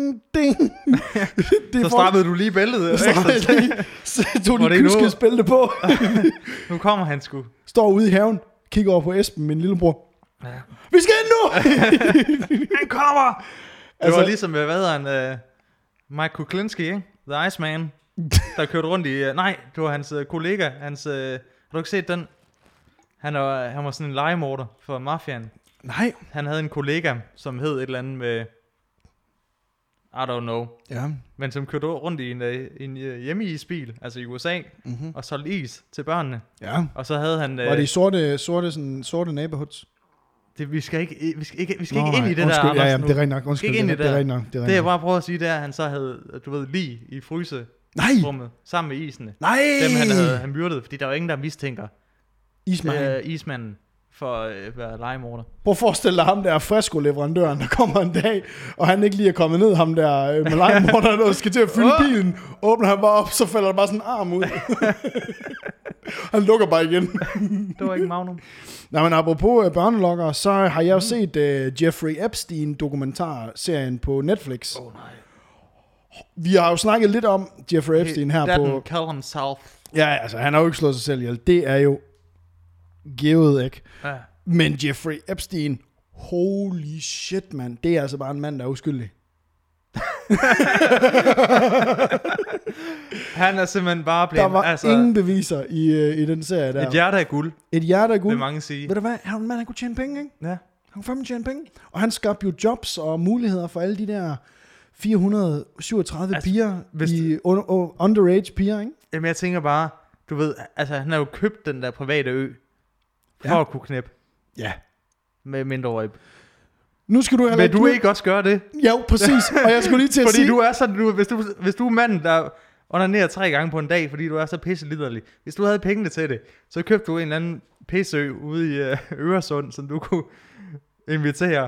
[SPEAKER 2] ding, ding.
[SPEAKER 1] det så strammede du lige bæltet.
[SPEAKER 2] Så tog de kyskhedsbælte på.
[SPEAKER 1] Nu kommer han sgu.
[SPEAKER 2] Står ude i haven, kigger over på Esben, min lillebror. Ja. Vi skal ind nu!
[SPEAKER 1] Han kommer! Det altså, var ligesom, hvad hedder han, uh, Mike Kuklinski, ikke? The Iceman, der kørte rundt i, uh, nej, det var hans uh, kollega, hans, uh, har du ikke set den? Han var, han var sådan en legemorder for mafiaen.
[SPEAKER 2] Nej.
[SPEAKER 1] Han havde en kollega, som hed et eller andet med, I don't know,
[SPEAKER 2] ja.
[SPEAKER 1] Men som kørte rundt i en, en hjemmeisbil, altså i U S A, mm-hmm. og solgte is til børnene.
[SPEAKER 2] Ja.
[SPEAKER 1] Og så havde han...
[SPEAKER 2] Var det i sorte, sorte, sådan, sorte neighborhoods?
[SPEAKER 1] Det, vi skal ikke, vi skal ikke, vi skal Nå, ikke ind i det
[SPEAKER 2] undskyld,
[SPEAKER 1] der,
[SPEAKER 2] ja, ja, det er rent nok. Undskyld,
[SPEAKER 1] ikke ind i
[SPEAKER 2] det,
[SPEAKER 1] det,
[SPEAKER 2] det er rent nok. Det,
[SPEAKER 1] er det jeg bare prøver at sige, det er, at han så havde, du ved, lige i fryserummet, sammen med isene.
[SPEAKER 2] Nej!
[SPEAKER 1] Dem han havde han myrdet, fordi der var ingen, der mistænker
[SPEAKER 2] Ismanden.
[SPEAKER 1] Øh, ismanden for at øh, være legemorder.
[SPEAKER 2] Prøv at forestille dig ham der Fresco-leverandøren, der kommer en dag, og han ikke lige er kommet ned, ham der øh, med legemorderen, og skal til at fylde oh. bilen. Åbner han bare op, så falder der bare sådan en arm ud. Han lukker bare igen.
[SPEAKER 1] Det var ikke Magnum.
[SPEAKER 2] Nej, men apropos uh, børnelokker, så har jeg jo mm. set uh, Jeffrey Epstein dokumentarserien på Netflix.
[SPEAKER 1] Åh oh, nej.
[SPEAKER 2] Vi har jo snakket lidt om Jeffrey Epstein her
[SPEAKER 1] He
[SPEAKER 2] på...
[SPEAKER 1] Call himself.
[SPEAKER 2] Ja, altså han har jo ikke slået sig selv ihjel. Det er jo givet, ikke? Ja. Men Jeffrey Epstein, holy shit, mand. Det er altså bare en mand, der er uskyldig.
[SPEAKER 1] Han er simpelthen bare blevet...
[SPEAKER 2] Der var
[SPEAKER 1] altså,
[SPEAKER 2] ingen beviser i, uh, i den serie der.
[SPEAKER 1] Et hjerte af guld.
[SPEAKER 2] Et hjerte af guld.
[SPEAKER 1] Vil mange sige.
[SPEAKER 2] Ved du hvad? Han, man, han kunne tjene penge, ikke?
[SPEAKER 1] Ja.
[SPEAKER 2] Han kunne fandme tjene penge. Og han skabte jo jobs og muligheder for alle de der fire hundrede syvogtredive altså, piger, i un, uh, underage piger, ikke?
[SPEAKER 1] Jamen jeg tænker bare, du ved, altså han har jo købt den der private ø, for ja. at kunne knæppe.
[SPEAKER 2] Ja.
[SPEAKER 1] Med mindreårige.
[SPEAKER 2] Nu skal du
[SPEAKER 1] Men du ikke også gøre det?
[SPEAKER 2] Ja, præcis. Og jeg skulle lige til at
[SPEAKER 1] fordi
[SPEAKER 2] sige...
[SPEAKER 1] du er sådan, du, hvis, du, hvis du er manden, der onanerer tre gange på en dag, fordi du er så pisseliderlig. Hvis du havde pengene til det, så købte du en eller anden pisseø ude i øh, Øresund, som du kunne invitere.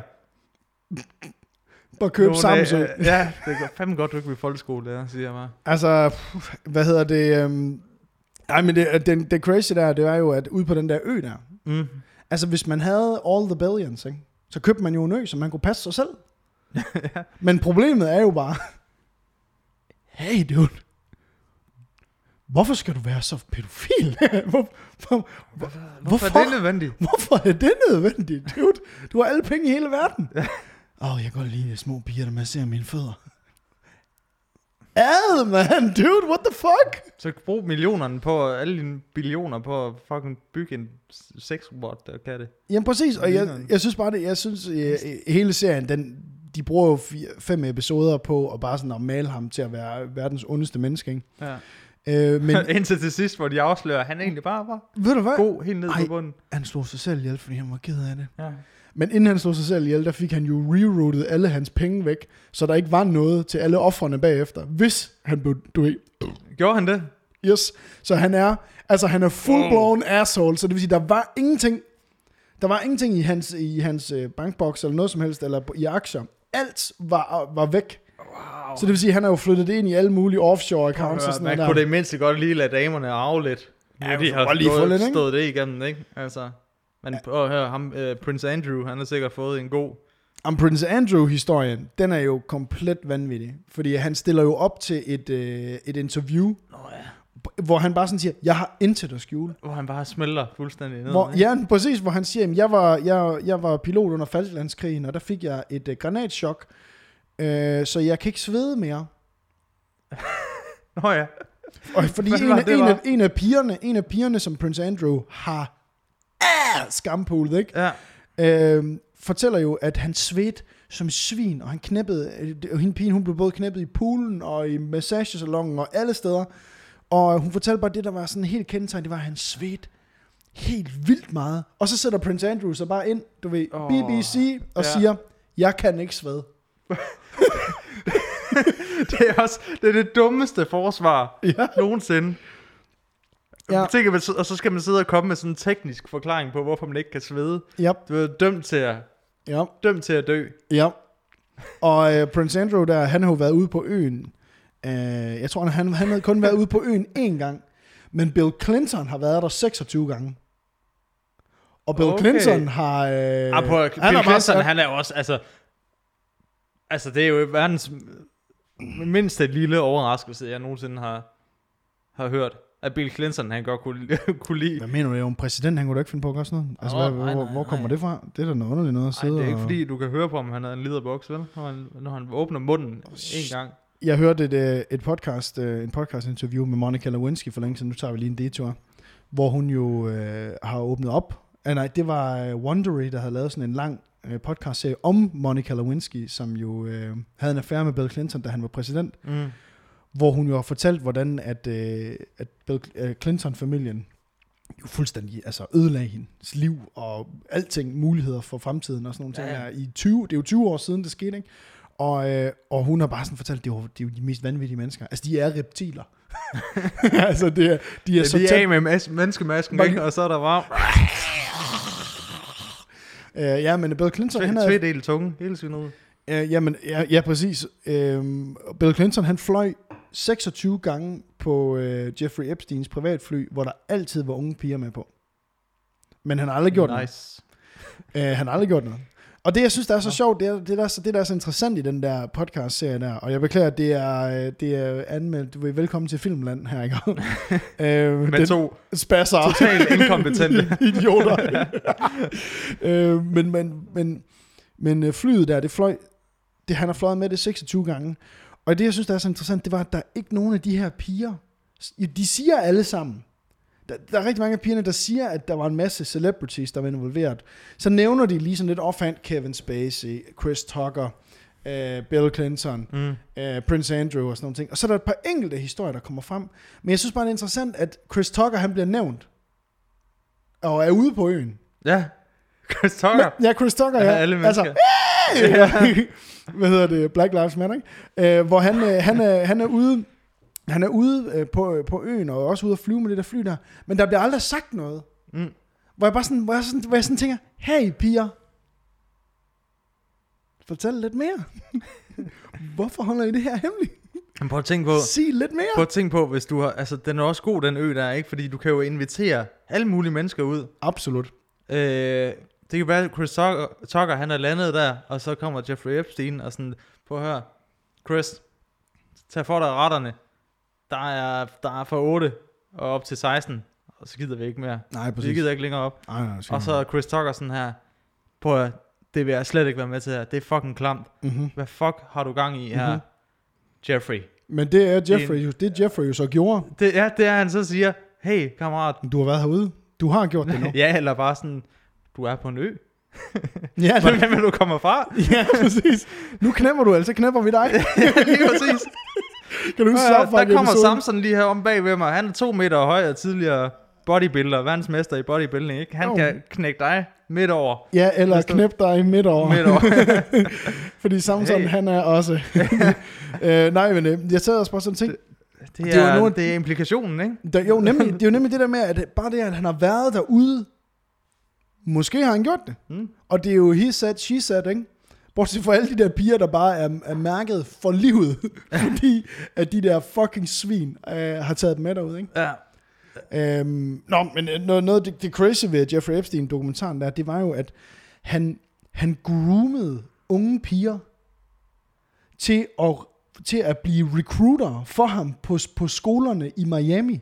[SPEAKER 2] Bare købe Samsø.
[SPEAKER 1] Øh, ja, det er fandme godt, du ikke vil folkeskole der, siger jeg bare.
[SPEAKER 2] Altså, hvad hedder det... Øhm, ej, men det, det, det crazy der, det var jo, at ude på den der ø der, mm. altså hvis man havde all the billions, ikke? Så købte man jo en ø, så man kunne passe sig selv. Ja. Men problemet er jo bare, hey dude, hvorfor skal du være så pædofil? hvor, hvor, hvor,
[SPEAKER 1] hvorfor er det nødvendigt?
[SPEAKER 2] Hvorfor er det nødvendigt, dude? Du har alle penge i hele verden. Åh, oh, jeg kan godt lide små piger, der masserer mine fødder. Ad, man, dude, what the fuck?
[SPEAKER 1] Så brug millionerne på, alle dine billioner på at fucking bygge en sexrobot, der kan det.
[SPEAKER 2] Jamen præcis, og jeg, jeg synes bare det, jeg synes jeg, hele serien, den, de bruger jo fire, fem episoder på at bare sådan at male ham til at være verdens ondeste menneske, ikke? Ja.
[SPEAKER 1] Øh, men indtil til sidst, hvor de afslører, han egentlig bare var
[SPEAKER 2] ved du hvad?
[SPEAKER 1] god helt ned på bunden.
[SPEAKER 2] Han slog sig selv ihjel, fordi han var ked af det. Ja. Men inden han slog sig selv ihjel, der fik han jo reroutet alle hans penge væk, så der ikke var noget til alle ofrene bagefter, hvis han blev, du ved.
[SPEAKER 1] Gjorde han det?
[SPEAKER 2] Yes. Så han er, altså han er full-blown oh. asshole, så det vil sige, der var ingenting, der var ingenting i hans, i hans bankboks eller noget som helst, eller i aktier. Alt var, var væk. Wow. Så det vil sige, han har jo flyttet det ind i alle mulige offshore accounts.
[SPEAKER 1] Ja,
[SPEAKER 2] og sådan
[SPEAKER 1] man
[SPEAKER 2] der.
[SPEAKER 1] kunne det mindst godt lige lade damerne arve lidt. Ja, de har lige stået, lidt, stået det igennem, ikke? Altså... Men prøv at høre, ham, uh, Prince Andrew, han har sikkert fået en god...
[SPEAKER 2] Om Prince Andrew-historien, den er jo komplet vanvittig. Fordi han stiller jo op til et, uh, et interview, oh, ja. hvor han bare sådan siger, jeg har intet at skjule.
[SPEAKER 1] Hvor han bare smelter fuldstændig ned.
[SPEAKER 2] Hvor, ja, præcis, hvor han siger, jeg var, jeg, jeg var pilot under Falklandskrigen, og der fik jeg et uh, granatschok, uh, så jeg kan ikke svede mere.
[SPEAKER 1] Nå ja.
[SPEAKER 2] Og fordi en af, en, af, en, af pigerne, en af pigerne, som Prince Andrew har skampoolet, ikke? Ja. Øhm, fortæller jo, at han svedte som svin, og han knæppede, og hende pigen, hun blev både knæppet i poolen, og i massagesalonen, og alle steder, og hun fortalte bare, at det, der var sådan helt kendetegn, det var, at han svedte helt vildt meget, og så sætter Prince Andrew sig bare ind, du ved, oh, B B C, og ja. siger, jeg kan ikke svede.
[SPEAKER 1] Det er også, det er det dummeste forsvar ja. nogensinde. Ja. Tænker, og så skal man sidde og komme med sådan en teknisk forklaring på, hvorfor man ikke kan svede. Yep. Du er dømt til at, yep. dømt til at dø.
[SPEAKER 2] Ja. Og uh, Prince Andrew der, han har jo været ude på øen. Uh, jeg tror, han, han havde kun været ude på øen én gang. Men Bill Clinton har været der seksogtyve gange. Og Bill okay. Clinton har... Uh,
[SPEAKER 1] ah, på, Bill han Clinton, bare, han er jo også... Altså, Altså, det er jo verdens mindste lille overraskelse, jeg nogensinde har, har hørt. At Bill Clinton, han godt kunne, kunne lide.
[SPEAKER 2] Hvad mener du, det er jo en præsident, han kunne da ikke finde på at gøre sådan noget? Altså,
[SPEAKER 1] oh,
[SPEAKER 2] hvad,
[SPEAKER 1] nej,
[SPEAKER 2] hvor,
[SPEAKER 1] nej,
[SPEAKER 2] hvor kommer
[SPEAKER 1] nej.
[SPEAKER 2] det fra? Det er da noget underligt noget at sidde.
[SPEAKER 1] Ej, det er ikke
[SPEAKER 2] og...
[SPEAKER 1] fordi, du kan høre på, om han har en liderboks, vel? Når han, når han åbner munden en gang.
[SPEAKER 2] Jeg hørte et, et podcast, en podcast interview med Monica Lewinsky for længe siden. Nu tager vi lige en detur. Hvor hun jo øh, har åbnet op. Ah, nej, det var Wondery, der havde lavet sådan en lang øh, podcast-serie om Monica Lewinsky, som jo øh, havde en affære med Bill Clinton, da han var præsident.
[SPEAKER 1] Mm.
[SPEAKER 2] Hvor hun jo har fortalt, hvordan at, øh, at Bill øh, Clinton-familien jo fuldstændig altså ødelagde hendes liv og alting, muligheder for fremtiden og sådan nogle
[SPEAKER 1] ja, ja.
[SPEAKER 2] ting. I tyve, det er jo tyve år siden, det skete, ikke? Og, øh, og hun har bare sådan fortalt, at det er, jo, det er jo de mest vanvittige mennesker. Altså, de er reptiler. altså, det er, de er
[SPEAKER 1] ja,
[SPEAKER 2] så
[SPEAKER 1] de er
[SPEAKER 2] tæt.
[SPEAKER 1] af med mas- menneskemasken,
[SPEAKER 2] Man...
[SPEAKER 1] ikke? Og så er der bare...
[SPEAKER 2] Uh, ja, men Bill Clinton...
[SPEAKER 1] Tve,
[SPEAKER 2] han er,
[SPEAKER 1] tvedel tunge, hele tiden ud.
[SPEAKER 2] uh, jamen, ja, ja, præcis. Uh, Bill Clinton, han fløj seksogtyve gange på uh, Jeffrey Epsteins privatfly, hvor der altid var unge piger med på. Men han har aldrig gjort
[SPEAKER 1] nice.
[SPEAKER 2] noget. Uh, han har aldrig gjort noget. Og det, jeg synes, der er så ja. sjovt, det er, det, der er så, det, der er så interessant i den der podcast-serie der, og jeg beklager, at det er, det er anmeldt, du er velkommen til Filmland her, ikke? øh,
[SPEAKER 1] Med to
[SPEAKER 2] spasser.
[SPEAKER 1] totalt inkompetente
[SPEAKER 2] idioter. øh, men, men, men, men flyet der, det fløj, det, han har fløjet med det seksogtyve gange, og det, jeg synes, der er så interessant, det var, at der er ikke nogen af de her piger, de siger alle sammen, Der, der er rigtig mange af pigerne, der siger, at der var en masse celebrities, der var involveret. Så nævner de lige sådan lidt offhand Kevin Spacey, Chris Tucker, uh, Bill Clinton, mm. uh, Prince Andrew og sådan nogle ting. Og så er der et par enkelte historier, der kommer frem. Men jeg synes bare, det er interessant, at Chris Tucker, han bliver nævnt. Og er ude på øen.
[SPEAKER 1] Ja, Chris Tucker.
[SPEAKER 2] Men, ja, Chris Tucker, ja.
[SPEAKER 1] Alle mennesker.
[SPEAKER 2] Altså, hey! Hvad hedder det? Black Lives Matter, ikke? Uh, hvor han, uh, han, er, han er ude... Han er ude øh, på, på øen, og også ude at flyve med det der fly der. Men der bliver aldrig sagt noget. Mm. Hvor jeg bare sådan, hvor jeg sådan, hvor jeg sådan tænker, hey piger, fortæl lidt mere. Hvorfor holder I det her hemmeligt?
[SPEAKER 1] Men prøv at tænke på,
[SPEAKER 2] sig lidt mere.
[SPEAKER 1] Prøv at tænke på, hvis du har, altså den er også god, den ø der, ikke? Fordi du kan jo invitere alle mulige mennesker ud.
[SPEAKER 2] Absolut.
[SPEAKER 1] Øh, det kan være, at Chris Tucker, Tucker, han er landet der, og så kommer Jeffrey Epstein og sådan, prøv at høre, Chris, tag for dig retterne. Der er, der er fra otte og op til seksten, og så gider vi ikke mere.
[SPEAKER 2] Nej, præcis.
[SPEAKER 1] Vi gider ikke længere op.
[SPEAKER 2] Nej, nej,
[SPEAKER 1] og så er Chris Tucker sådan her, på det vil jeg slet ikke være med til her. Det er fucking klamt. Mm-hmm. Hvad fuck har du gang i her, mm-hmm. Jeffrey?
[SPEAKER 2] Men det er Jeffrey, en, det Jeffrey jo så gjorde.
[SPEAKER 1] Det er, det er han så siger, hey kammerat.
[SPEAKER 2] Du har været herude. Du har gjort det nu.
[SPEAKER 1] Ja, eller bare sådan, du er på en ø.
[SPEAKER 2] Ja,
[SPEAKER 1] hvordan vil du komme fra?
[SPEAKER 2] Ja, præcis. Nu knæpper du, altså knæpper vi dig.
[SPEAKER 1] Ja, lige præcis.
[SPEAKER 2] Kan du huske,
[SPEAKER 1] ja, der kommer
[SPEAKER 2] episode?
[SPEAKER 1] Samson lige her om bag ved mig. Han er to meter høj og tidligere bodybuilder, verdensmester i bodybuilding, ikke? Han oh. kan knække dig midt over.
[SPEAKER 2] Ja, eller knæppe dig midt over.
[SPEAKER 1] Midt over.
[SPEAKER 2] Fordi Samson, hey. han er også. øh, nej, men øh, jeg sad også bare sådan ting.
[SPEAKER 1] Det, det, er, det, er, nogle, det er implikationen, ikke?
[SPEAKER 2] Der, jo, nemlig, det er jo nemlig det der med, at bare det, at han har været derude, måske har han gjort det. Mm. Og det er jo he said, she said, ikke? Bortset fra alle de der piger, der bare er, er mærket for livet, fordi at de der fucking svin øh, har taget dem med derude, ikke?
[SPEAKER 1] Ja.
[SPEAKER 2] Øhm, nå, men noget, noget det, det crazy ved Jeffrey Epstein-dokumentaren der, det var jo, at han, han groomede unge piger til at, til at blive recruiter for ham på, på skolerne i Miami.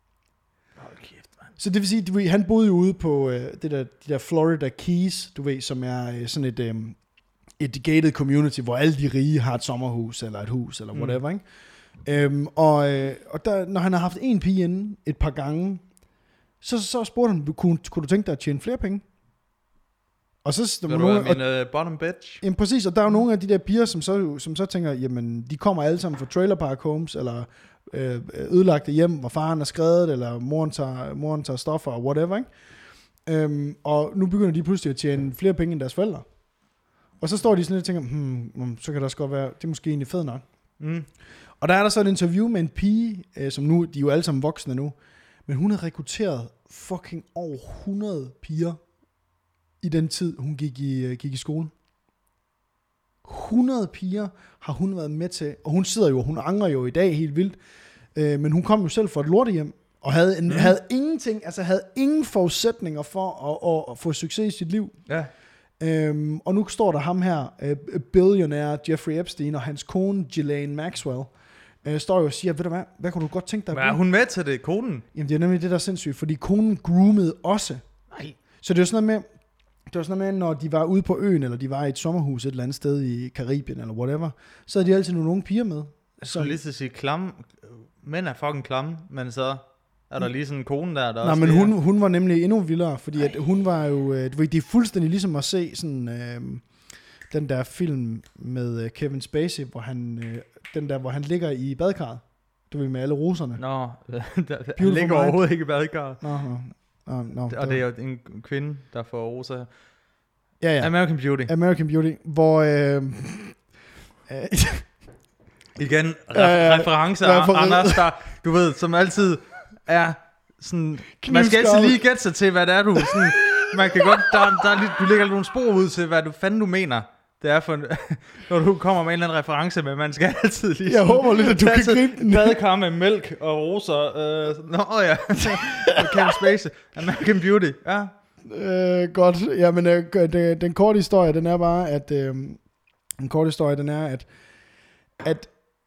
[SPEAKER 2] Så det vil sige, du ved, han boede jo ude på øh, det der, de der Florida Keys, du ved, som er øh, sådan et, øh, et gated community, hvor alle de rige har et sommerhus, eller et hus, eller whatever, mm. ikke? Øhm, og øh, og der, når han har haft en pige inde et par gange, så, så spurgte han, kunne, kunne du tænke dig at tjene flere penge? Og så der
[SPEAKER 1] var
[SPEAKER 2] nogle,
[SPEAKER 1] du min uh, bottom bitch?
[SPEAKER 2] Jamen præcis, og der er jo nogle af de der piger, som så, som så tænker, jamen, de kommer alle sammen fra trailer park homes, eller øh, ødelagte hjem, hvor faren er skredet, eller moren tager, moren tager stoffer, og whatever, ikke? Øhm, og nu begynder de pludselig at tjene flere penge end deres forældre. Og så står de sådan lidt og tænker, hmm, så kan det også godt være, det er måske egentlig fedt nok. Mm. Og der er der så et interview med en pige, øh, som nu, de er jo alle sammen voksne nu, men hun har rekrutteret fucking over hundrede piger i den tid, hun gik i, uh, gik i skole. hundrede piger har hun været med til, og hun sidder jo, hun angrer jo i dag helt vildt, øh, men hun kom jo selv fra et lortehjem, og havde, en, mm. havde ingenting, altså havde ingen forudsætninger for at, at, at få succes i sit liv.
[SPEAKER 1] Ja.
[SPEAKER 2] Øhm, og nu står der ham her, uh, billionaire Jeffrey Epstein og hans kone Ghislaine Maxwell, uh, står jo og siger, ved du hvad, hvad kunne du godt tænke dig?
[SPEAKER 1] Hvad er hun med til det, konen?
[SPEAKER 2] Jamen det er nemlig det, der er sindssygt, fordi konen groomede også.
[SPEAKER 1] Nej.
[SPEAKER 2] Så det var sådan noget med, det var sådan noget med, når de var ude på øen, eller de var i et sommerhus et eller andet sted i Karibien, eller whatever, så havde de altid nogle unge piger med.
[SPEAKER 1] Jeg skulle lige til at sige, klam, mænd er fucking klamme, men så er der lige sådan en kone der, der
[SPEAKER 2] Nej,
[SPEAKER 1] også
[SPEAKER 2] men
[SPEAKER 1] lige
[SPEAKER 2] hun, hun var nemlig endnu vildere, fordi at hun var jo, øh, det er fuldstændig ligesom at se sådan, øh, den der film med øh, Kevin Spacey, hvor han, øh, den der, hvor han ligger i badekarret, du ved, med alle roserne.
[SPEAKER 1] Nå, han ligger overhovedet ikke i badekarret.
[SPEAKER 2] Nå, nå, nå, nå,
[SPEAKER 1] og det er jo en kvinde, der får rosa.
[SPEAKER 2] Ja, ja.
[SPEAKER 1] American Beauty.
[SPEAKER 2] American Beauty, hvor... Øh, øh,
[SPEAKER 1] Igen, re-
[SPEAKER 2] Ja, ja.
[SPEAKER 1] referencer,
[SPEAKER 2] Ja, for-
[SPEAKER 1] Anders, der, du ved, som altid er sådan, man skal altid lige gætte sig til, hvad det er, du sådan, man kan godt, der, der er lidt, du lægger nogle spor ud til, hvad du fanden du mener, det er for, når du kommer med en eller anden reference, men man skal altid lige...
[SPEAKER 2] Jeg håber lidt, at du kan gribe den.
[SPEAKER 1] Badekar med mælk og roser, øh, nå ja, Kevin Spacey, American Beauty, ja.
[SPEAKER 2] Øh, godt, jamen øh, det, den korte historie, den er bare, at, øh, den korte historie, den er, at, at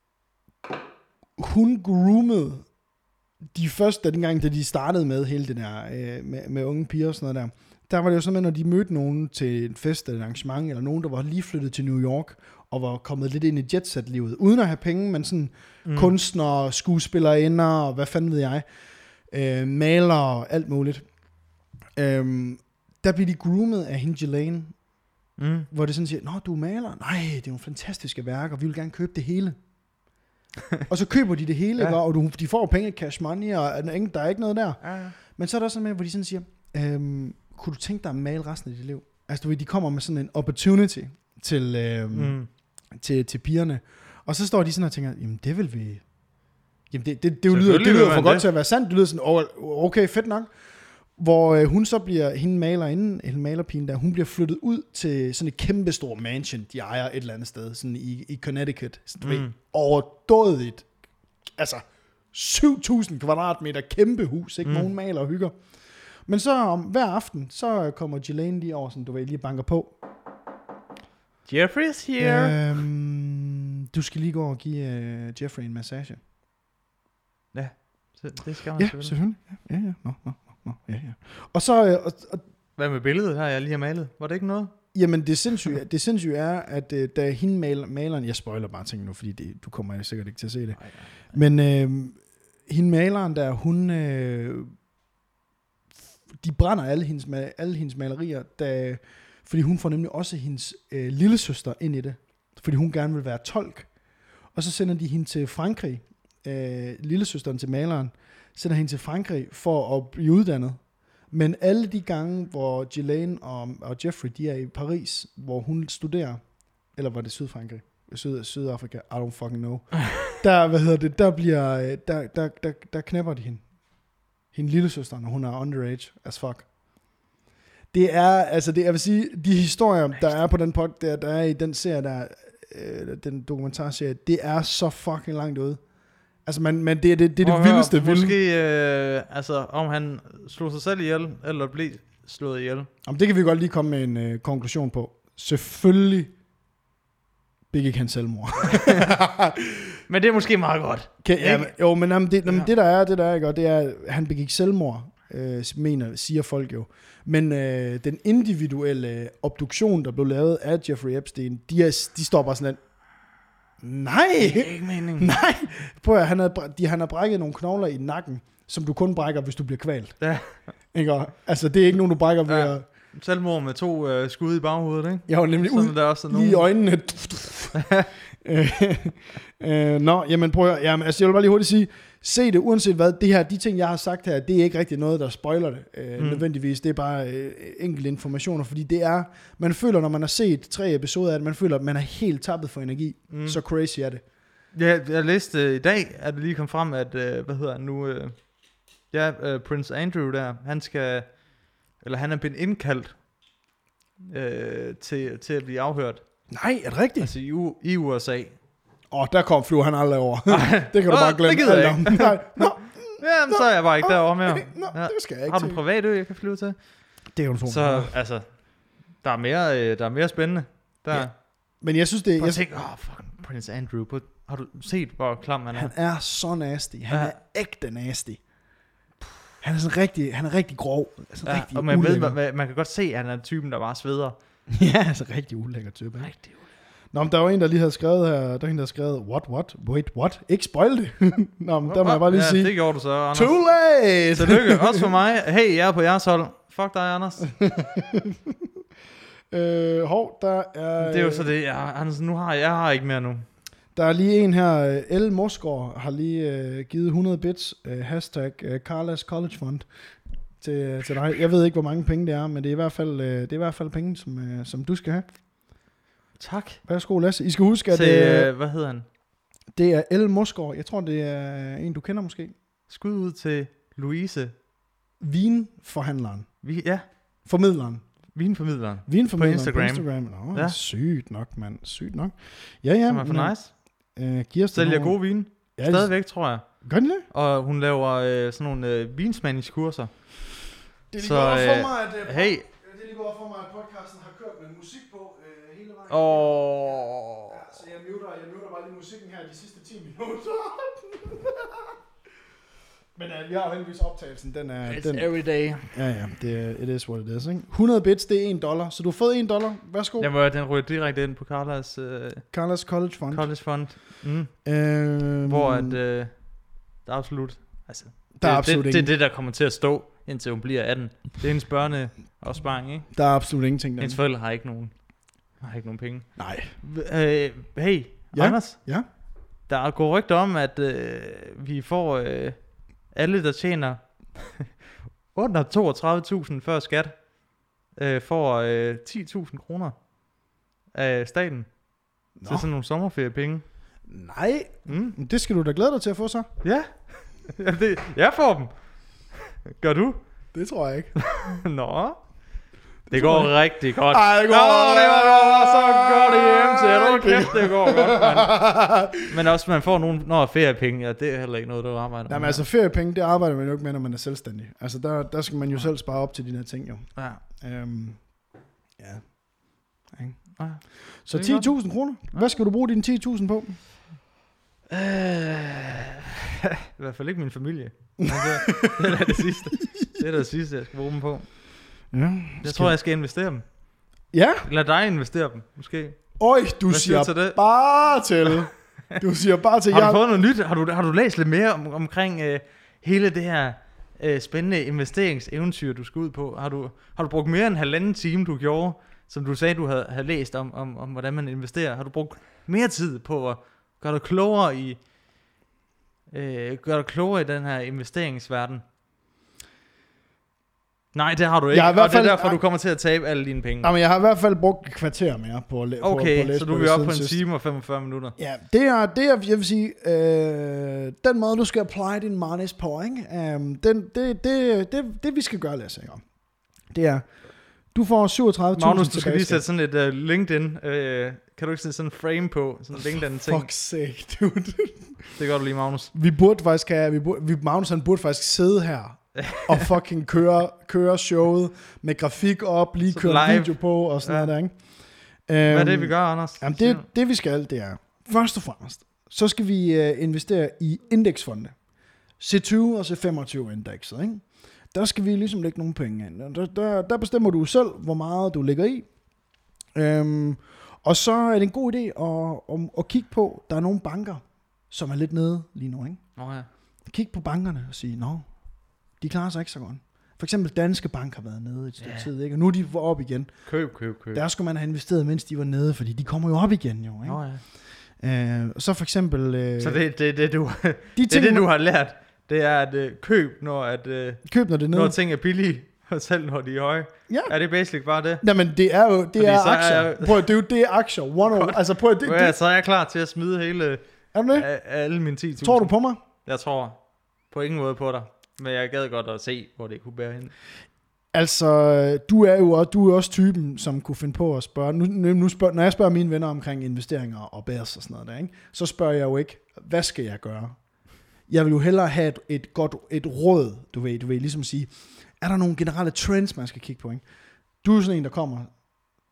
[SPEAKER 2] hun groomede de første, dengang, da de startede med hele det der, øh, med, med unge piger og sådan noget der, der var det jo sådan, at når de mødte nogen til en fest eller et arrangement, eller nogen, der var lige flyttet til New York, og var kommet lidt ind i jetset-livet, uden at have penge, men sådan mm. kunstnere, skuespillerinder, og hvad fanden ved jeg, øh, malere, alt muligt. Øhm, der bliver de groomet af hende Ghislaine, mm. hvor det sådan siger, nå, du er maler? Nej, det er nogle fantastiske værker, vi vil gerne købe det hele. Og så køber de det hele, ja. Og du, de får penge, cash money, og der er ikke noget der. Ja, ja. Men så er der også sådan med, hvor de sådan siger, øhm, kunne du tænke dig at male resten af dit liv? Altså du ved, de kommer med sådan en opportunity til, øhm, mm. til, til pigerne. Og så står de sådan og tænker, jamen det vil vi... Jamen det, det, det, det lyder, det lyder for godt det. Til at være sandt. Det lyder sådan, oh, okay, fedt nok. Hvor øh, hun så bliver, hende malerinde, hende malerpigen der, hun bliver flyttet ud til sådan et kæmpestor mansion, de ejer et eller andet sted, sådan i, i Connecticut. Sådan, mm. ved, overdådigt, altså syv tusind kvadratmeter kæmpe hus, ikke? Mm. Nogen maler og hygger. Men så om hver aften, så kommer Ghislaine lige over, sådan, du ved, lige banker på.
[SPEAKER 1] Jeffrey's here.
[SPEAKER 2] Øhm, du skal lige gå og give uh, Jeffrey en massage.
[SPEAKER 1] Ja, det skal man
[SPEAKER 2] ja, selvfølgelig. Ja, ja, ja. Nå, nå. Nå, ja, ja. Og så... Øh, og, og,
[SPEAKER 1] hvad med billedet her, jeg lige har malet? Var det ikke noget?
[SPEAKER 2] Jamen, det sindssyge, det sindssyge er, at øh, da hende maler, maleren... Jeg spoiler bare ting nu, fordi det, du kommer sikkert ikke til at se det. Ej, ej. Men øh, hende maleren der, hun... Øh, de brænder alle hendes, alle hendes malerier, da, fordi hun får nemlig også hendes øh, lillesøster ind i det. Fordi hun gerne vil være tolk. Og så sender de hende til Frankrig, øh, lillesøsteren til maleren, sender hende til Frankrig for at blive uddannet. Men alle de gange, hvor Ghislaine og, og Jeffrey, de er i Paris, hvor hun studerer, eller var det Sydfrankrig? Syd, Sydafrika, I don't fucking know. Der, hvad hedder det, der bliver, der, der, der, der knæpper de hende. Hende lillesøster, når hun er underage as fuck. Det er, altså det, jeg vil sige, de historier, der er på den pod, der, der er i den serie, der, øh, den dokumentarserie, det er så fucking langt ude. Altså, man, men det er det, det, er det vildeste vilde.
[SPEAKER 1] Måske, øh, altså, om han slog sig selv ihjel, eller blev slået ihjel.
[SPEAKER 2] Jamen, det kan vi godt lige komme med en øh, konklusion på. Selvfølgelig begik han selvmord.
[SPEAKER 1] Men det er måske meget godt.
[SPEAKER 2] Okay, ja, men, jo, men jamen, det, jamen, det der er, det der er, ikke, og det er, han begik selvmord, øh, mener, siger folk jo. Men øh, den individuelle obduktion, der blev lavet af Jeffrey Epstein, de, er, de står bare sådan lidt, nej,
[SPEAKER 1] det er ikke meningen.
[SPEAKER 2] Nej, prøv at han har, de, han har brækket nogle knogler i nakken, som du kun brækker, hvis du bliver kvalt. Ja. Ikke? Altså, det er ikke nogen, du brækker ved
[SPEAKER 1] ja.
[SPEAKER 2] at...
[SPEAKER 1] Selvmord med to øh, skud i baghovedet, ikke?
[SPEAKER 2] Jeg var nemlig ud
[SPEAKER 1] der også
[SPEAKER 2] lige i øjnene. øh, nå, jamen prøv at... Jamen, altså, jeg vil bare lige hurtigt sige, se det, uanset hvad, det her, de ting, jeg har sagt her, det er ikke rigtig noget, der spoiler det, øh, mm. nødvendigvis. Det er bare øh, enkelte informationer, fordi det er... Man føler, når man har set tre episoder af det, man føler, at man er helt tappet for energi. Mm. Så crazy er det.
[SPEAKER 1] Ja, jeg læste øh, i dag, at det lige kom frem, at... Øh, hvad hedder han nu? Øh, ja, øh, Prince Andrew der, han skal... Eller han er blevet indkaldt øh, til, til at blive afhørt.
[SPEAKER 2] Nej, er det rigtigt?
[SPEAKER 1] Altså i, U- i U S A.
[SPEAKER 2] Åh, oh, der kom flyver han aldrig over. Det kan du
[SPEAKER 1] Nå,
[SPEAKER 2] bare glemme.
[SPEAKER 1] Det gider jeg ikke.
[SPEAKER 2] Nej. Nå,
[SPEAKER 1] ja, men så er jeg bare ikke derovre mere.
[SPEAKER 2] Nå,
[SPEAKER 1] ja.
[SPEAKER 2] det skal jeg ikke.
[SPEAKER 1] Har du en privat ø, jeg kan flyve til?
[SPEAKER 2] Det kan du få.
[SPEAKER 1] Så altså, Der er mere, øh, der er mere spændende. Der.
[SPEAKER 2] Ja. Men jeg synes, det...
[SPEAKER 1] Jeg
[SPEAKER 2] Jeg,
[SPEAKER 1] tænker, åh, oh, fucking Prince Andrew. På, har du set, hvor klam han er?
[SPEAKER 2] han er så nasty. Han
[SPEAKER 1] Ja.
[SPEAKER 2] er ægte nasty. Han er sådan rigtig, han er rigtig grov. Altså
[SPEAKER 1] Ja,
[SPEAKER 2] rigtig
[SPEAKER 1] og man, ved,
[SPEAKER 2] ulækker.
[SPEAKER 1] man, man kan godt se, at han er typen, der bare sveder.
[SPEAKER 2] Ja, altså rigtig ulækker type. Ikke?
[SPEAKER 1] Rigtig
[SPEAKER 2] Nå, men der var en, der lige havde skrevet her, der er en, der har skrevet, what, what, wait, what? Ikke spoil det. Nå, men der må jeg bare lige
[SPEAKER 1] ja,
[SPEAKER 2] sige,
[SPEAKER 1] det gjorde du så, Anders.
[SPEAKER 2] too late!
[SPEAKER 1] Tillykke, også for mig. Hey, jeg er på jeres hold. Fuck dig, Anders.
[SPEAKER 2] øh, hov, der er...
[SPEAKER 1] Det er jo så det, jeg, Anders, nu har jeg, jeg har ikke mere nu.
[SPEAKER 2] Der er lige en her, El Mosgaard har lige øh, givet hundrede bits, øh, hashtag øh, Carlas College Fund til, til dig. Jeg ved ikke, hvor mange penge det er, men det er i hvert fald, øh, det er i hvert fald penge, som, øh, som du skal have.
[SPEAKER 1] Tak.
[SPEAKER 2] Værsgo, Lasse. I skal huske, at
[SPEAKER 1] Til,
[SPEAKER 2] øh,
[SPEAKER 1] øh, hvad hedder han?
[SPEAKER 2] det er El Mosgaard. Jeg tror, det er en, du kender måske.
[SPEAKER 1] Skud ud til Louise.
[SPEAKER 2] Vinforhandleren.
[SPEAKER 1] Vi, ja,
[SPEAKER 2] Formidleren.
[SPEAKER 1] vinformidleren.
[SPEAKER 2] Vinformidleren
[SPEAKER 1] På Instagram.
[SPEAKER 2] Instagram. Nå,
[SPEAKER 1] Ja.
[SPEAKER 2] ja. Sygt nok, mand. Sygt nok. Ja, ja.
[SPEAKER 1] Som er for nice.
[SPEAKER 2] Øh, giver os den
[SPEAKER 1] Sælger
[SPEAKER 2] over-
[SPEAKER 1] gode vin.
[SPEAKER 2] Ja,
[SPEAKER 1] Stadigvæk, tror jeg.
[SPEAKER 2] Gør den det?
[SPEAKER 1] Og hun laver øh, sådan nogle øh, vinsmandingskurser.
[SPEAKER 2] Det er lige
[SPEAKER 1] Så,
[SPEAKER 2] gået op for
[SPEAKER 1] øh,
[SPEAKER 2] mig, at, øh,
[SPEAKER 1] hey.
[SPEAKER 2] det er lige gået op for mig, at podcasten har kørt med musik på øh, hele vejen.
[SPEAKER 1] Åh.
[SPEAKER 2] Ja, så jeg muter, jeg muter bare lige musikken her de sidste ti minutter. Men øh, vi har jo heldigvis optagelsen. Den er...
[SPEAKER 1] It's
[SPEAKER 2] Den,
[SPEAKER 1] every day.
[SPEAKER 2] ja, ja. Det er, it is what it is, ikke? hundrede bits, det er en dollar. Så du har fået en dollar. Værsgo.
[SPEAKER 1] Den, må, den ryger direkte ind på Carlas øh,
[SPEAKER 2] Carlos College Fund.
[SPEAKER 1] college fund. Mm.
[SPEAKER 2] Øh,
[SPEAKER 1] Hvor at, øh, der er absolut... Altså,
[SPEAKER 2] der er
[SPEAKER 1] det,
[SPEAKER 2] absolut
[SPEAKER 1] det, det er
[SPEAKER 2] ingen,
[SPEAKER 1] det, der kommer til at stå, indtil hun bliver atten. Det er hendes børneopsparing, ikke?
[SPEAKER 2] der er absolut ingenting der.
[SPEAKER 1] Hendes forældre har ikke nogen, har ikke nogen penge.
[SPEAKER 2] Nej.
[SPEAKER 1] Øh, hey,
[SPEAKER 2] Ja?
[SPEAKER 1] Anders.
[SPEAKER 2] Ja?
[SPEAKER 1] Der er gået rygter om, at øh, vi får øh, alle, der tjener under toogtredive tusind før skat, øh, får øh, ti tusind kroner af staten
[SPEAKER 2] Nå.
[SPEAKER 1] til sådan nogle sommerferiepenge.
[SPEAKER 2] Nej.
[SPEAKER 1] Mm.
[SPEAKER 2] Det skal du da glæde dig til at få så.
[SPEAKER 1] Ja, Jamen, det, jeg får dem. Gør du?
[SPEAKER 2] Det tror jeg ikke.
[SPEAKER 1] Nå. Det går rigtig godt.
[SPEAKER 2] Ej, det går
[SPEAKER 1] Nå, det går så godt i hjem til.
[SPEAKER 2] Okay.
[SPEAKER 1] Kæft, det går godt, mand. Men også, man får nogle når feriepenge, ja, det er heller ikke noget, du arbejder
[SPEAKER 2] Nej, men
[SPEAKER 1] med.
[SPEAKER 2] altså feriepenge, det arbejder man jo ikke med, når man er selvstændig. Altså der, der skal man jo selv spare op til de her ting, jo.
[SPEAKER 1] Ja.
[SPEAKER 2] Øhm, ja. Okay.
[SPEAKER 1] Ja.
[SPEAKER 2] Så
[SPEAKER 1] Det er
[SPEAKER 2] ti tusind kroner. Hvad skal du bruge dine ti tusind på?
[SPEAKER 1] Øh, I hvert fald ikke min familie. Men det, det er da det sidste. Det er da det sidste, jeg skal bruge dem på.
[SPEAKER 2] Ja.
[SPEAKER 1] Jeg tror, jeg skal investere dem.
[SPEAKER 2] Ja.
[SPEAKER 1] Lad dig investere dem, måske.
[SPEAKER 2] Øj, du
[SPEAKER 1] Hvad siger
[SPEAKER 2] siger
[SPEAKER 1] du til det?
[SPEAKER 2] bare til. Du siger bare til.
[SPEAKER 1] Har du
[SPEAKER 2] jeg-
[SPEAKER 1] fået noget nyt? Har du, har du læst lidt mere om, omkring øh, hele det her øh, spændende investeringseventyr, du skal ud på? Har du, har du brugt mere end en halvanden time, du gjorde, som du sagde, du havde, havde læst om, om, om, hvordan man investerer? Har du brugt mere tid på at gøre dig klogere i, øh, gøre dig klogere i den her investeringsverden? Nej, det har du ikke,
[SPEAKER 2] Jeg har i hvert
[SPEAKER 1] og det er
[SPEAKER 2] fald-
[SPEAKER 1] derfor, du kommer til at tabe alle dine penge.
[SPEAKER 2] Nå, men jeg har i hvert fald brugt et kvarter mere på at, læ- på, på
[SPEAKER 1] Okay,
[SPEAKER 2] at læse
[SPEAKER 1] så
[SPEAKER 2] på
[SPEAKER 1] du er
[SPEAKER 2] det
[SPEAKER 1] oppe på en
[SPEAKER 2] siden sidst.
[SPEAKER 1] time og femogfyrre minutter.
[SPEAKER 2] Ja, det er, det er, jeg vil sige, øh, den måde, du skal apply din monies på, ikke? Um, den, det, det, det, det, vi skal gøre, Lasse, ikke? Det er, du får syvogtredive tusind
[SPEAKER 1] Magnus, du skal lige sætte sådan et uh, LinkedIn. Uh, kan du ikke sætte sådan en frame på? Sådan en LinkedIn-ting.
[SPEAKER 2] Fuck sake, dude.
[SPEAKER 1] Det gør du lige, Magnus.
[SPEAKER 2] Vi burde faktisk have, vi burde, vi, Magnus han burde faktisk sidde her og fucking køre, køre showet med grafik op, lige
[SPEAKER 1] Så
[SPEAKER 2] køre
[SPEAKER 1] live.
[SPEAKER 2] video på og sådan
[SPEAKER 1] Ja.
[SPEAKER 2] noget der, ikke?
[SPEAKER 1] Hvad er
[SPEAKER 2] Øhm,
[SPEAKER 1] det, vi gør, Anders?
[SPEAKER 2] Jamen det, det vi skal, det er, først og fremmest, så skal vi uh, investere i indeksfonde. C tyve og C femogtyve indekset, ikke? Der skal vi ligesom lægge nogle penge ind. Der, der, der bestemmer du selv, hvor meget du lægger i. Øhm, og så er det en god idé at, at, at kigge på, der er nogle banker, som er lidt nede lige nu, ikke?
[SPEAKER 1] Nå ja.
[SPEAKER 2] Kig på bankerne og sige, nå, de klarer sig ikke så godt. For eksempel Danske Bank har været nede et stykke
[SPEAKER 1] Ja.
[SPEAKER 2] tid, ikke? Og nu er de op igen.
[SPEAKER 1] Køb, køb, køb.
[SPEAKER 2] Der skulle man have investeret, mens de var nede, fordi de kommer jo op igen, jo, ikke?
[SPEAKER 1] Nå ja.
[SPEAKER 2] Øh, så for eksempel... Øh,
[SPEAKER 1] Så det, det, det, du,
[SPEAKER 2] de
[SPEAKER 1] det er
[SPEAKER 2] ting,
[SPEAKER 1] det, du
[SPEAKER 2] man-
[SPEAKER 1] har lært. Det er at øh, køb, når, at, øh,
[SPEAKER 2] køb, når det er nede.
[SPEAKER 1] når ting er billige, og selv når de er høje.
[SPEAKER 2] Ja.
[SPEAKER 1] Er det basic bare det?
[SPEAKER 2] Jamen, det er jo det
[SPEAKER 1] Fordi
[SPEAKER 2] er
[SPEAKER 1] så er
[SPEAKER 2] aktier.
[SPEAKER 1] jeg-
[SPEAKER 2] Prøv, at- det er jo det er aktier. One oh, altså prøv, at- det,
[SPEAKER 1] Det, det,
[SPEAKER 2] det,
[SPEAKER 1] så er jeg klar til at smide hele,
[SPEAKER 2] er du det?
[SPEAKER 1] af, af alle mine ti tusind.
[SPEAKER 2] Tror du på mig?
[SPEAKER 1] Jeg tror på ingen måde på dig. Men jeg gad godt at se, hvor det kunne bære hen.
[SPEAKER 2] Altså, du er jo også, du er også typen, som kunne finde på at spørge. Nu, nu, nu spørger, når jeg spørger mine venner omkring investeringer og bærs og sådan noget der, ikke? Så spørger jeg jo ikke, hvad skal jeg gøre? Jeg vil jo hellere have et, et godt et råd, du ved, du ved, ligesom sige, er der nogle generelle trends, man skal kigge på, ikke? Du er sådan en, der kommer,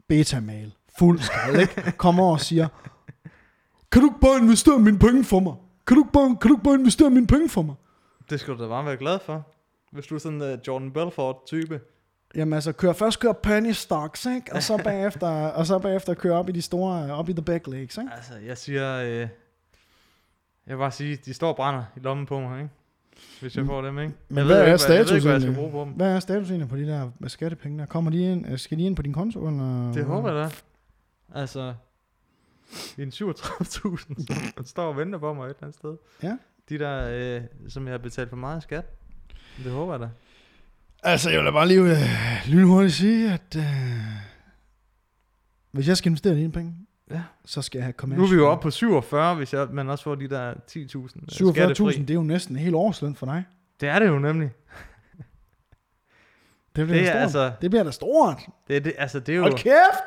[SPEAKER 2] beta-mail, fuld skrald, ikke? Kommer over og siger, kan du ikke bare investere mine penge for mig? Kan du ikke bare, kan du ikke bare investere mine penge for mig?
[SPEAKER 1] Det skal du da bare være glad for, hvis du er sådan en uh, Jordan Belfort-type.
[SPEAKER 2] Jamen altså, kør, først kør penny stocks, ikke? Og så bagefter, og så bagefter køre op i de store, op i the big leagues, ikke?
[SPEAKER 1] Altså, jeg siger, øh, jeg vil bare sige, de står og brænder i lommen på mig, ikke? Hvis jeg får dem, ikke?
[SPEAKER 2] Men
[SPEAKER 1] jeg
[SPEAKER 2] hvad
[SPEAKER 1] ved
[SPEAKER 2] er
[SPEAKER 1] ikke,
[SPEAKER 2] status
[SPEAKER 1] jeg ved ikke, hvad jeg skal
[SPEAKER 2] egentlig?
[SPEAKER 1] bruge på dem.
[SPEAKER 2] Hvad er status egentlig på de der skattepenge der? Kommer de ind, skal de ind på din konto, eller?
[SPEAKER 1] Det håber jeg da. Altså, det er en syvogtredive tusind, som står og venter på mig et eller andet sted.
[SPEAKER 2] Ja.
[SPEAKER 1] De der, øh, som jeg har betalt for meget skat. Det håber jeg da.
[SPEAKER 2] Altså, jeg vil da bare lige øh, lynhurtigt sige, at øh, hvis jeg skal investere dine penge,
[SPEAKER 1] ja,
[SPEAKER 2] så skal jeg have
[SPEAKER 1] nu
[SPEAKER 2] commercial.
[SPEAKER 1] er vi jo oppe på syvogfyrre, hvis jeg, man også får de der ti tusind
[SPEAKER 2] syvogfyrre tusind, det er jo næsten en hel årsløn for dig.
[SPEAKER 1] Det er det jo nemlig.
[SPEAKER 2] Det bliver,
[SPEAKER 1] Det er
[SPEAKER 2] da stort.
[SPEAKER 1] altså-
[SPEAKER 2] Det bliver da stort.
[SPEAKER 1] Det er, det, altså, det er jo...
[SPEAKER 2] Hold kæft!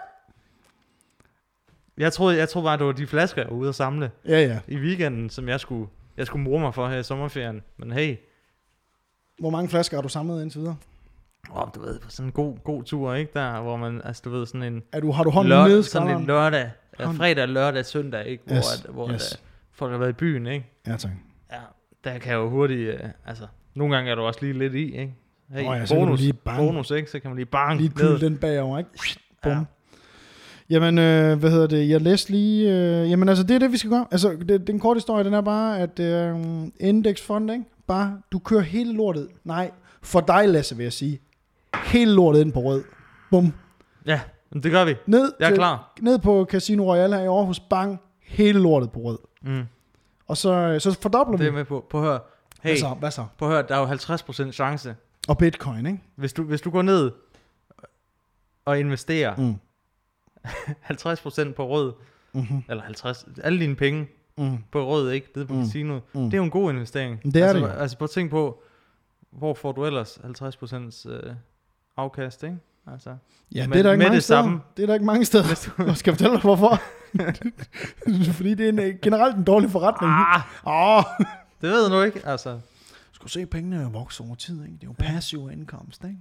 [SPEAKER 1] Jeg troede, jeg troede bare, det var de flasker, jeg var ude at samle
[SPEAKER 2] Ja, ja.
[SPEAKER 1] i weekenden, som jeg skulle, jeg skulle mure mig for her i sommerferien. Men hey,
[SPEAKER 2] Hvor mange flasker har du samlet indtil videre?
[SPEAKER 1] åh, du ved, på sådan en god, god tur, ikke? Der, hvor man, altså du ved, sådan en...
[SPEAKER 2] Er du, har du hånden
[SPEAKER 1] lør-
[SPEAKER 2] nede i
[SPEAKER 1] sådan en
[SPEAKER 2] skrædderen?
[SPEAKER 1] lørdag, ja,
[SPEAKER 2] Hånd-
[SPEAKER 1] fredag, lørdag, søndag, ikke? Hvor,
[SPEAKER 2] Yes,
[SPEAKER 1] at, hvor
[SPEAKER 2] yes.
[SPEAKER 1] at, folk har været i byen, ikke?
[SPEAKER 2] Ja, tak.
[SPEAKER 1] Ja, der kan jeg jo hurtigt, øh, altså, nogle gange er du også lige lidt i, ikke? Hey,
[SPEAKER 2] Åh ja, så kan du
[SPEAKER 1] bonus,
[SPEAKER 2] lige bang.
[SPEAKER 1] bonus, ikke? Så kan man lige bang
[SPEAKER 2] Lige
[SPEAKER 1] ned.
[SPEAKER 2] køle den bagover, ikke? Bum.
[SPEAKER 1] Ja.
[SPEAKER 2] Jamen, øh, hvad hedder det? Jeg læste lige... Øh, jamen, altså, det er det, vi skal gøre. Altså, det, den korte historie, den er bare, at øh, indeksfond, ikke? Bare, du kører hele lortet. Nej, for dig, Lasse, vil jeg sige. Hele lortet ind på rød. Bum.
[SPEAKER 1] Ja, men det gør vi.
[SPEAKER 2] Ned,
[SPEAKER 1] Jeg er
[SPEAKER 2] til,
[SPEAKER 1] klar.
[SPEAKER 2] ned på Casino Royale her i Aarhus. Bang. Hele lortet på rød.
[SPEAKER 1] Mm,
[SPEAKER 2] Og så, så fordobler
[SPEAKER 1] det er
[SPEAKER 2] vi.
[SPEAKER 1] med på. Prøv at høre. Hey,
[SPEAKER 2] Hvad så? Hvad så?
[SPEAKER 1] prøv at høre, der er jo halvtreds procent chance.
[SPEAKER 2] Og bitcoin, ikke?
[SPEAKER 1] Hvis du, hvis du går ned og investerer
[SPEAKER 2] Mm.
[SPEAKER 1] halvtreds procent på rød,
[SPEAKER 2] Mm-hmm.
[SPEAKER 1] eller halvtreds, alle dine penge
[SPEAKER 2] Mm.
[SPEAKER 1] på rød, ikke? Det er på
[SPEAKER 2] Mm.
[SPEAKER 1] casinoet.
[SPEAKER 2] Mm.
[SPEAKER 1] Det er jo en god investering.
[SPEAKER 2] Det er
[SPEAKER 1] altså,
[SPEAKER 2] det jo.
[SPEAKER 1] Altså prøv at tænke på, hvor får du ellers halvtreds procent øh, afkast, ikke? Altså,
[SPEAKER 2] Ja,
[SPEAKER 1] med-
[SPEAKER 2] det er der ikke
[SPEAKER 1] med
[SPEAKER 2] mange
[SPEAKER 1] det
[SPEAKER 2] steder.
[SPEAKER 1] samme.
[SPEAKER 2] Det er der ikke mange steder.
[SPEAKER 1] hvis du,
[SPEAKER 2] Jeg skal fortælle dig, hvorfor. Fordi det er en, øh, generelt en dårlig forretning.
[SPEAKER 1] ah,
[SPEAKER 2] Åh.
[SPEAKER 1] det ved du ikke, altså.
[SPEAKER 2] Du skal se pengene vokse over tid, ikke? Det er jo passiv indkomst, ikke?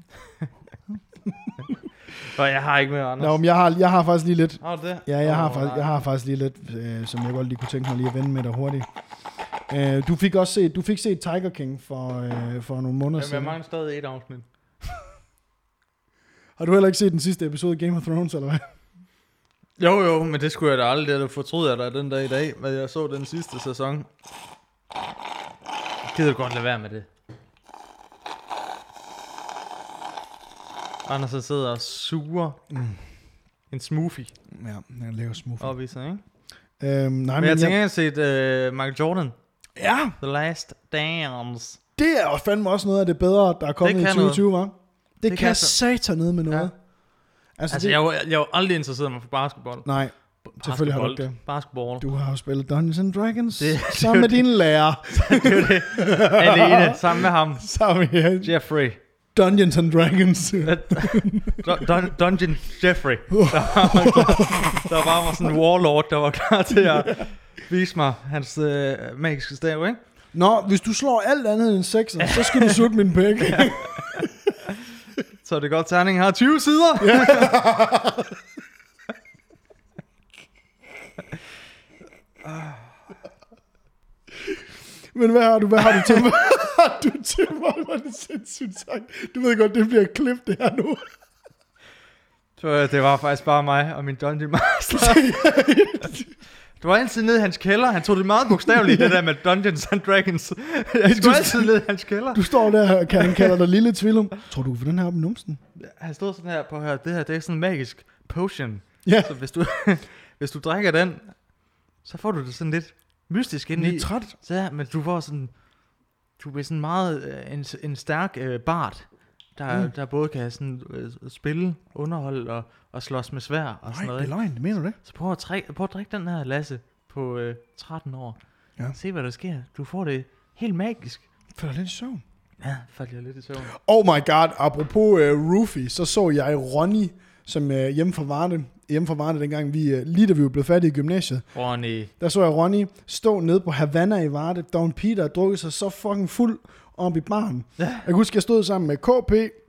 [SPEAKER 1] Og jeg har ikke mere, Anders.
[SPEAKER 2] Nå, men jeg har, jeg har faktisk lige lidt.
[SPEAKER 1] Har du det?
[SPEAKER 2] Ja, jeg har,
[SPEAKER 1] Åh,
[SPEAKER 2] faktisk,
[SPEAKER 1] nej.
[SPEAKER 2] jeg har faktisk lige lidt, øh, som jeg godt lige kunne tænke mig lige at vende med dig hurtigt. Øh, du fik også set, du fik set Tiger King for, øh, for nogle måneder
[SPEAKER 1] Jamen, jeg
[SPEAKER 2] siden.
[SPEAKER 1] mangler stadig et afsnit.
[SPEAKER 2] Har du heller ikke set den sidste episode af Game of Thrones, eller hvad?
[SPEAKER 1] Jo, jo, men det skulle jeg da aldrig. Det fortryder jeg da den dag i dag, men jeg så den sidste sæson. Gider du godt lade være med det? Anders så sidder og suger
[SPEAKER 2] Mm.
[SPEAKER 1] en smoothie
[SPEAKER 2] Ja, jeg laver smoothie.
[SPEAKER 1] op i sig, ikke?
[SPEAKER 2] Øhm, nej,
[SPEAKER 1] Men
[SPEAKER 2] men
[SPEAKER 1] jeg tænker,
[SPEAKER 2] jeg,
[SPEAKER 1] jeg har set uh, Michael Jordan,
[SPEAKER 2] ja,
[SPEAKER 1] The Last Dance.
[SPEAKER 2] det er jo fandme også noget af det bedre, der er kommet
[SPEAKER 1] Det
[SPEAKER 2] i
[SPEAKER 1] kan
[SPEAKER 2] tyve tyve, hva'? Det, det
[SPEAKER 1] kan
[SPEAKER 2] kan
[SPEAKER 1] altså-
[SPEAKER 2] satan ned med noget.
[SPEAKER 1] Ja.
[SPEAKER 2] Altså,
[SPEAKER 1] Altså,
[SPEAKER 2] det,
[SPEAKER 1] jeg, var, jeg var aldrig interesseret mig for basketball.
[SPEAKER 2] nej, selvfølgelig har du ikke det.
[SPEAKER 1] Basketball.
[SPEAKER 2] Du har jo spillet Dungeons and Dragons
[SPEAKER 1] Det-
[SPEAKER 2] det, sammen med din lærer.
[SPEAKER 1] Det er jo det. Alene, sammen med ham.
[SPEAKER 2] Sammen med
[SPEAKER 1] Jeffrey.
[SPEAKER 2] Dungeons and Dragons.
[SPEAKER 1] Dun- Dun- Dungeon Jeffrey. Der var, klar, der var sådan en warlord, der var klar til at vise mig hans øh, magiske stav, ikke?
[SPEAKER 2] Nå, hvis du slår alt andet end sekser, så skal du sutte min pæk.
[SPEAKER 1] Så er det godt, terningen har tyve sider. Ja.
[SPEAKER 2] Men hvad har du, hvad har du til mig? Hvad har du til mig? Hvor er det sindssygt sagt. Du ved godt, det bliver klip det her nu.
[SPEAKER 1] Så øh, det var faktisk bare mig og min Dungeon Master. Du var altid nede i hans kælder. Han tog det meget bogstaveligt, det der med Dungeons and Dragons. Jeg skulle altid ned i hans kælder.
[SPEAKER 2] Du står der, kan han kalder dig lille tvivl. Tror du, for den her op i numsen?
[SPEAKER 1] Han stod sådan her på at høre, det her det er sådan en magisk potion.
[SPEAKER 2] Ja.
[SPEAKER 1] Så hvis du, hvis du drikker den, så får du det sådan lidt mystisk ind i.
[SPEAKER 2] Lidt træt.
[SPEAKER 1] Så ja, men du får sådan, du bliver sådan meget øh, en, en stærk øh, bard, der,
[SPEAKER 2] Mm.
[SPEAKER 1] mm. der både kan sådan øh, spille, underholde og, og slås med svær og
[SPEAKER 2] Nej,
[SPEAKER 1] sådan noget.
[SPEAKER 2] det er løgn, det mener du det?
[SPEAKER 1] Så prøv at, træk, prøv at drikke den her, Lasse, på øh, tretten år.
[SPEAKER 2] Ja.
[SPEAKER 1] Se hvad der sker. Du får det helt magisk.
[SPEAKER 2] Falder lidt i søvn.
[SPEAKER 1] Ja, faldt jeg lidt i søvn.
[SPEAKER 2] Oh my god, apropos uh, Roofy, så så jeg Ronny, som uh, hjemme fra Varde, hjemme fra Varde, dengang vi, uh, lige da vi var blevet færdige i gymnasiet,
[SPEAKER 1] Ronny.
[SPEAKER 2] der så jeg Ronny stå nede på Havana i Varde, Don Peter drukket sig så fucking fuld op i baren.
[SPEAKER 1] Ja.
[SPEAKER 2] Jeg kan huske, jeg stod sammen med K P,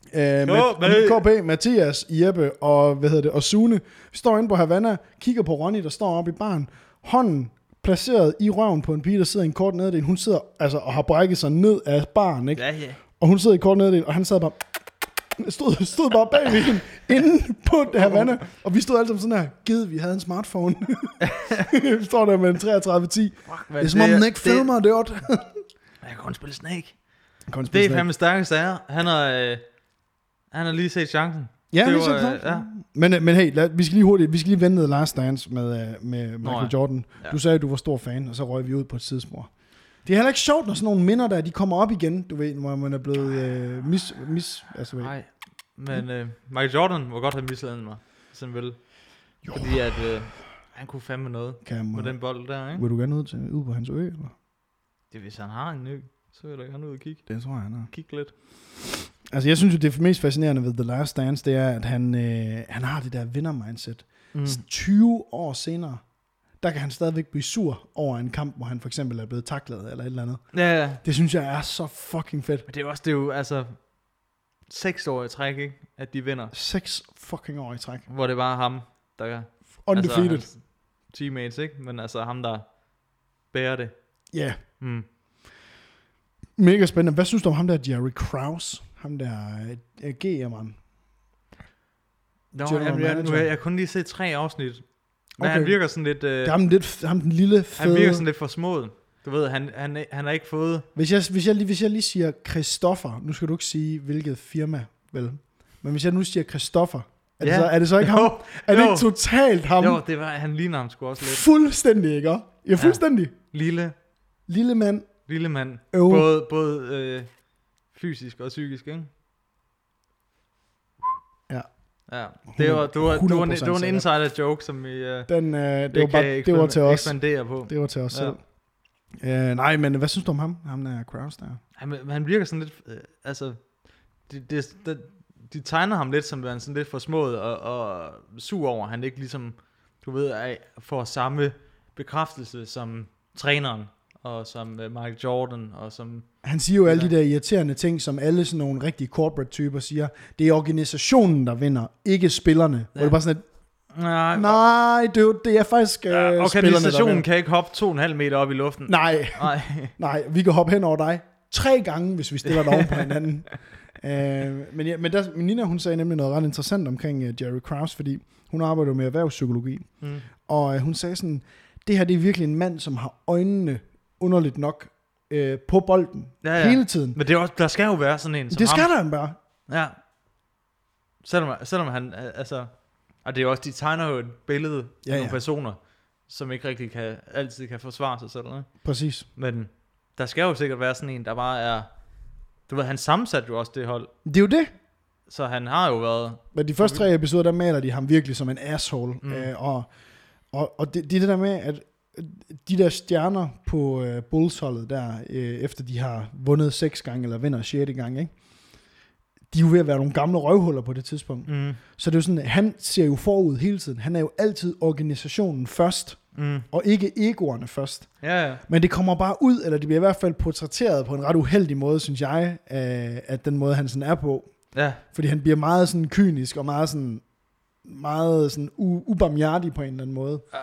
[SPEAKER 2] Øh, med, K P, Mathias, Jeppe og, hvad hedder det, og Sune. Vi står inde på Havana, kigger på Ronny, der står oppe i baren. Hånden placeret i røven på en pige, der sidder i en kort nederdel. Hun sidder altså og har brækket sig ned af baren, ikke?
[SPEAKER 1] Ja, ja.
[SPEAKER 2] Og hun sidder i kort nederdel, og han sad bare... Stod, stod bare bag ved hende, inde på det Havana, og vi stod alle sammen sådan her, givet, vi havde en smartphone. Vi står der med en treogtredive ti. Det er som om den ikke filmer, det er godt.
[SPEAKER 1] Jeg kan kun spille Snake. Kun spille det er fandme stærke sager. Han har, øh, han har lige set chancen.
[SPEAKER 2] Ja,
[SPEAKER 1] det
[SPEAKER 2] lige set chancen. Ja. Men, men hey, lad, vi skal lige hurtigt, vi skal lige vende The Last Dance med, med Michael Nå, ja. Jordan. Ja. Du sagde, at du var stor fan, og så røg vi ud på et tidsspor. Det er heller ikke sjovt, når sådan nogle minder der, de kommer op igen, du ved, når man er blevet øh, mis... mis altså,
[SPEAKER 1] nej, men øh, Michael Jordan må godt have misledet mig, sådan vel. Jo. Fordi at øh, han kunne fandme noget kan med den bold der, ikke?
[SPEAKER 2] Vil du gerne ud, til, ud på hans ø, eller?
[SPEAKER 1] Det hvis han har en ø, så vil jeg gerne ud og kigge.
[SPEAKER 2] Det tror jeg, han har.
[SPEAKER 1] Kig lidt. Altså,
[SPEAKER 2] jeg synes jo, det mest fascinerende ved The Last Dance, det er, at han, øh, han har det der vinder-mindset. Mm. tyve år senere, der kan han stadigvæk blive sur over en kamp, hvor han for eksempel er blevet taklet eller et eller andet.
[SPEAKER 1] Ja, ja.
[SPEAKER 2] Det synes jeg er så fucking fedt.
[SPEAKER 1] Men det er jo også, det er jo altså seks år i træk, ikke? At de vinder.
[SPEAKER 2] Seks fucking år i træk.
[SPEAKER 1] Hvor det var ham, der
[SPEAKER 2] undefeated.
[SPEAKER 1] Altså, teammates, ikke? Men altså ham, der bærer det.
[SPEAKER 2] Ja. Yeah. Mm. Mega spændende. Hvad synes du om ham der, Jerry Krause? Ham der uh, G M'eren.
[SPEAKER 1] Nå, jeg, jeg, nu, jeg, jeg kunne lige se tre afsnit. Men okay. Han virker sådan lidt... Øh,
[SPEAKER 2] ham, lidt ham den lille fede...
[SPEAKER 1] Han virker sådan lidt for smået. Du ved, han, han, han har ikke fået...
[SPEAKER 2] Hvis jeg, hvis, jeg, hvis jeg lige siger Christoffer, nu skal du ikke sige, hvilket firma, vel? Men hvis jeg nu siger Christoffer, er, ja. det, så, er det så ikke jo, ham? Er jo. det ikke totalt ham?
[SPEAKER 1] Jo, det var, han ligner ham sgu også lidt.
[SPEAKER 2] Fuldstændig, ikke? Ja, fuldstændig.
[SPEAKER 1] Ja. Lille.
[SPEAKER 2] Lille mand.
[SPEAKER 1] Lille mand. Øv. Både, både øh, fysisk og psykisk, ikke?
[SPEAKER 2] Ja.
[SPEAKER 1] Ja, det var, det var, det var, en, det var en insider joke, som vi uh,
[SPEAKER 2] Den, uh, det, var bare, det var til os.
[SPEAKER 1] På.
[SPEAKER 2] Det var til os ja. selv. Uh, nej, men hvad synes du om ham? Ham der Krause der?
[SPEAKER 1] Han, han virker sådan lidt, uh, altså, de, de, de, de tegner ham lidt som sådan lidt for smået og, og sur over, han ikke ligesom, du ved, er, får samme bekræftelse som træneren og som uh, Michael Jordan og som...
[SPEAKER 2] Han siger jo alle de der irriterende ting, som alle sådan nogle rigtige corporate-typer siger. Det er organisationen, der vinder, ikke spillerne. Ja. Hvor det er bare sådan et, nej, nej dude, det er faktisk ja, uh, spillerne,
[SPEAKER 1] organisationen kan ikke hoppe to og en halv meter op i luften.
[SPEAKER 2] Nej, nej. nej, vi kan hoppe hen over dig tre gange, hvis vi stiller dig oven på hinanden. uh, men ja, men der, Nina, hun sagde nemlig noget ret interessant omkring uh, Jerry Krause, fordi hun arbejder med erhvervspsykologi. Mm. Og uh, hun sagde sådan, det her det er virkelig en mand, som har øjnene underligt nok øh, på bolden ja, ja. hele tiden.
[SPEAKER 1] Men det er også, der skal jo være sådan en som
[SPEAKER 2] det skal
[SPEAKER 1] ham.
[SPEAKER 2] der bare.
[SPEAKER 1] Ja. Selvom, selvom han, altså, og det er også, de tegner jo et billede af ja, nogle ja. personer, som ikke rigtig kan, altid kan forsvare sig selv. Ikke?
[SPEAKER 2] Præcis.
[SPEAKER 1] Men der skal jo sikkert være sådan en, der bare er, du ved, han sammensat jo også det hold.
[SPEAKER 2] Det er jo det.
[SPEAKER 1] Så han har jo været...
[SPEAKER 2] Men de første tre episoder, der maler de ham virkelig som en asshole. Mm. Øh, og og, og det, det det der med, at de der stjerner på øh, Bulls-holdet der, øh, efter de har vundet seks gange, eller vinder sjette gang, ikke? De er jo ved at være nogle gamle røvhuller på det tidspunkt. Mm. Så det er jo sådan, han ser jo forud hele tiden. Han er jo altid organisationen først, mm. og ikke egoerne først.
[SPEAKER 1] Ja, ja.
[SPEAKER 2] Men det kommer bare ud, eller det bliver i hvert fald portrætteret på en ret uheldig måde, synes jeg, øh, at den måde, han sådan er på.
[SPEAKER 1] Ja.
[SPEAKER 2] Fordi han bliver meget sådan kynisk, og meget sådan, meget sådan u- ubarmhjertig på en eller anden måde. Ja.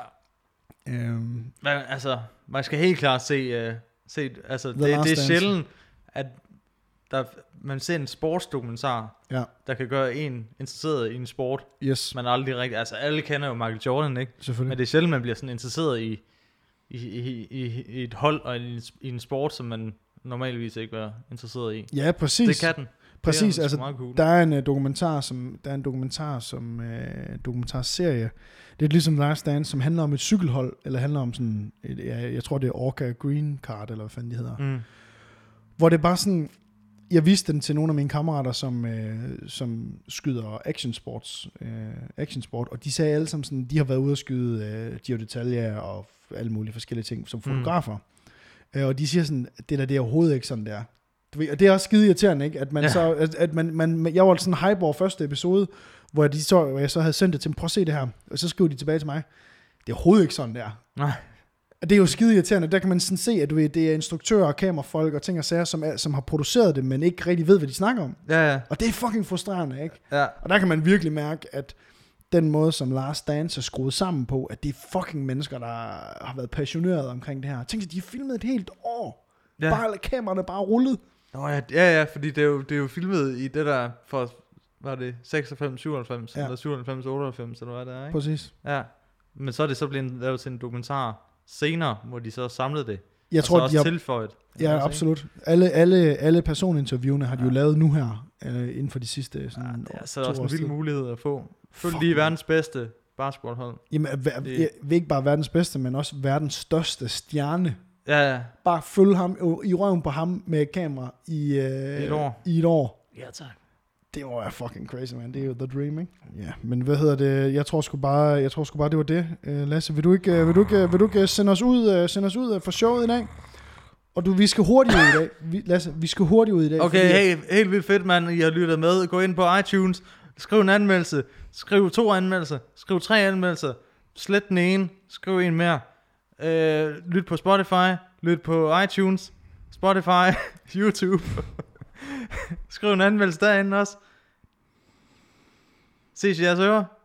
[SPEAKER 1] Um, Men altså, man skal helt klart se, uh, se altså, det, det er sjældent, at der, man ser en sportsdokumentar, ja. der kan gøre en interesseret i en sport,
[SPEAKER 2] yes.
[SPEAKER 1] man aldrig rigtig, altså alle kender jo Michael Jordan, ikke? Men det er sjældent, man bliver sådan interesseret i, i, i, i, i et hold, og i, i en sport, som man normalvis ikke er interesseret i.
[SPEAKER 2] Ja, præcis.
[SPEAKER 1] Det kan den.
[SPEAKER 2] Præcis, altså cool. Der er en uh, dokumentar som der er en dokumentar som uh, dokumentarserie. Det er ligesom Last Dance, som handler om et cykelhold, eller handler om sådan et, jeg, jeg tror det er Orca Green Card, eller hvad fanden det hedder. Mm. Hvor det bare sådan, jeg viste den til nogle af mine kammerater, som uh, som skyder action sports, uh, action sport, og de sagde alle sammen sådan, de har været ude at skyde uh, Giro d'Italia og alle mulige forskellige ting som fotografer. Mm. Uh, og de siger sådan, det der det er overhovedet ikke sådan der. Du ved, og det er også skide irriterende, ikke? At man ja. så, at, at man, man, jeg var sådan hype over første episode, hvor, de så, hvor jeg så havde sendt det til dem, prøv at se det her, og så skrev de tilbage til mig, det er overhovedet ikke sådan der.
[SPEAKER 1] Nej.
[SPEAKER 2] det er jo skide irriterende. Der kan man sådan se, at du ved, det er instruktører og kamerafolk og ting og sager, som, er, som har produceret det, men ikke rigtig ved, hvad de snakker om.
[SPEAKER 1] Ja, ja.
[SPEAKER 2] Og det er fucking frustrerende, ikke?
[SPEAKER 1] Ja.
[SPEAKER 2] Og der kan man virkelig mærke, at den måde, som Last Dance er skruet sammen på, at det er fucking mennesker, der har været passionerede omkring det her. Tænk sig, de har filmet et helt år. Ja. Bare kameraerne bare rullet.
[SPEAKER 1] Nå ja, ja, ja, fordi det er, jo, det er jo filmet i det der for, var det seksoghalvfems, syvoghalvfems, ja. Eller syvoghalvfems, otteoghalvfems, eller hvad det er, ikke?
[SPEAKER 2] Præcis.
[SPEAKER 1] Ja, men så er det så blevet lavet til en dokumentar senere, hvor de så samlede det.
[SPEAKER 2] Jeg
[SPEAKER 1] og
[SPEAKER 2] tror,
[SPEAKER 1] så også
[SPEAKER 2] de har...
[SPEAKER 1] tilføjet.
[SPEAKER 2] Ja, absolut. Alle, alle, alle personinterviewene har de ja. jo lavet nu her, øh, inden for de sidste sådan,
[SPEAKER 1] ja, det er så
[SPEAKER 2] år,
[SPEAKER 1] også en vild mulighed at få. Følg
[SPEAKER 2] Fuck
[SPEAKER 1] lige verdens bedste basketballhold.
[SPEAKER 2] Jamen, hver, det... ikke bare verdens bedste, men også verdens største stjerne.
[SPEAKER 1] Ja, ja.
[SPEAKER 2] Bare følge ham i røven på ham med kamera i, øh,
[SPEAKER 1] et år.
[SPEAKER 2] i et år.
[SPEAKER 1] Ja, tak.
[SPEAKER 2] Det var fucking crazy, man. Det er jo the dream, ikke? Ja, men hvad hedder det? Jeg tror sgu bare, jeg tror sgu bare det var det. Uh, Lasse, vil du ikke, vil du ikke, vil du ikke sende os ud, uh, sende os ud uh, for showet i dag? Og du, vi skal hurtigt ud i dag. Vi, Lasse, vi skal hurtigt ud i dag.
[SPEAKER 1] Okay, fordi... hey, helt vildt fedt, mand. I har lyttet med. Gå ind på iTunes. Skriv en anmeldelse. Skriv to anmeldelser. Skriv tre anmeldelser. Slet den ene. Skriv en mere. Uh, lyt på Spotify. Lyt på iTunes. Spotify. YouTube. Skriv en anmeldelse derinde også. Ses i jeres ører.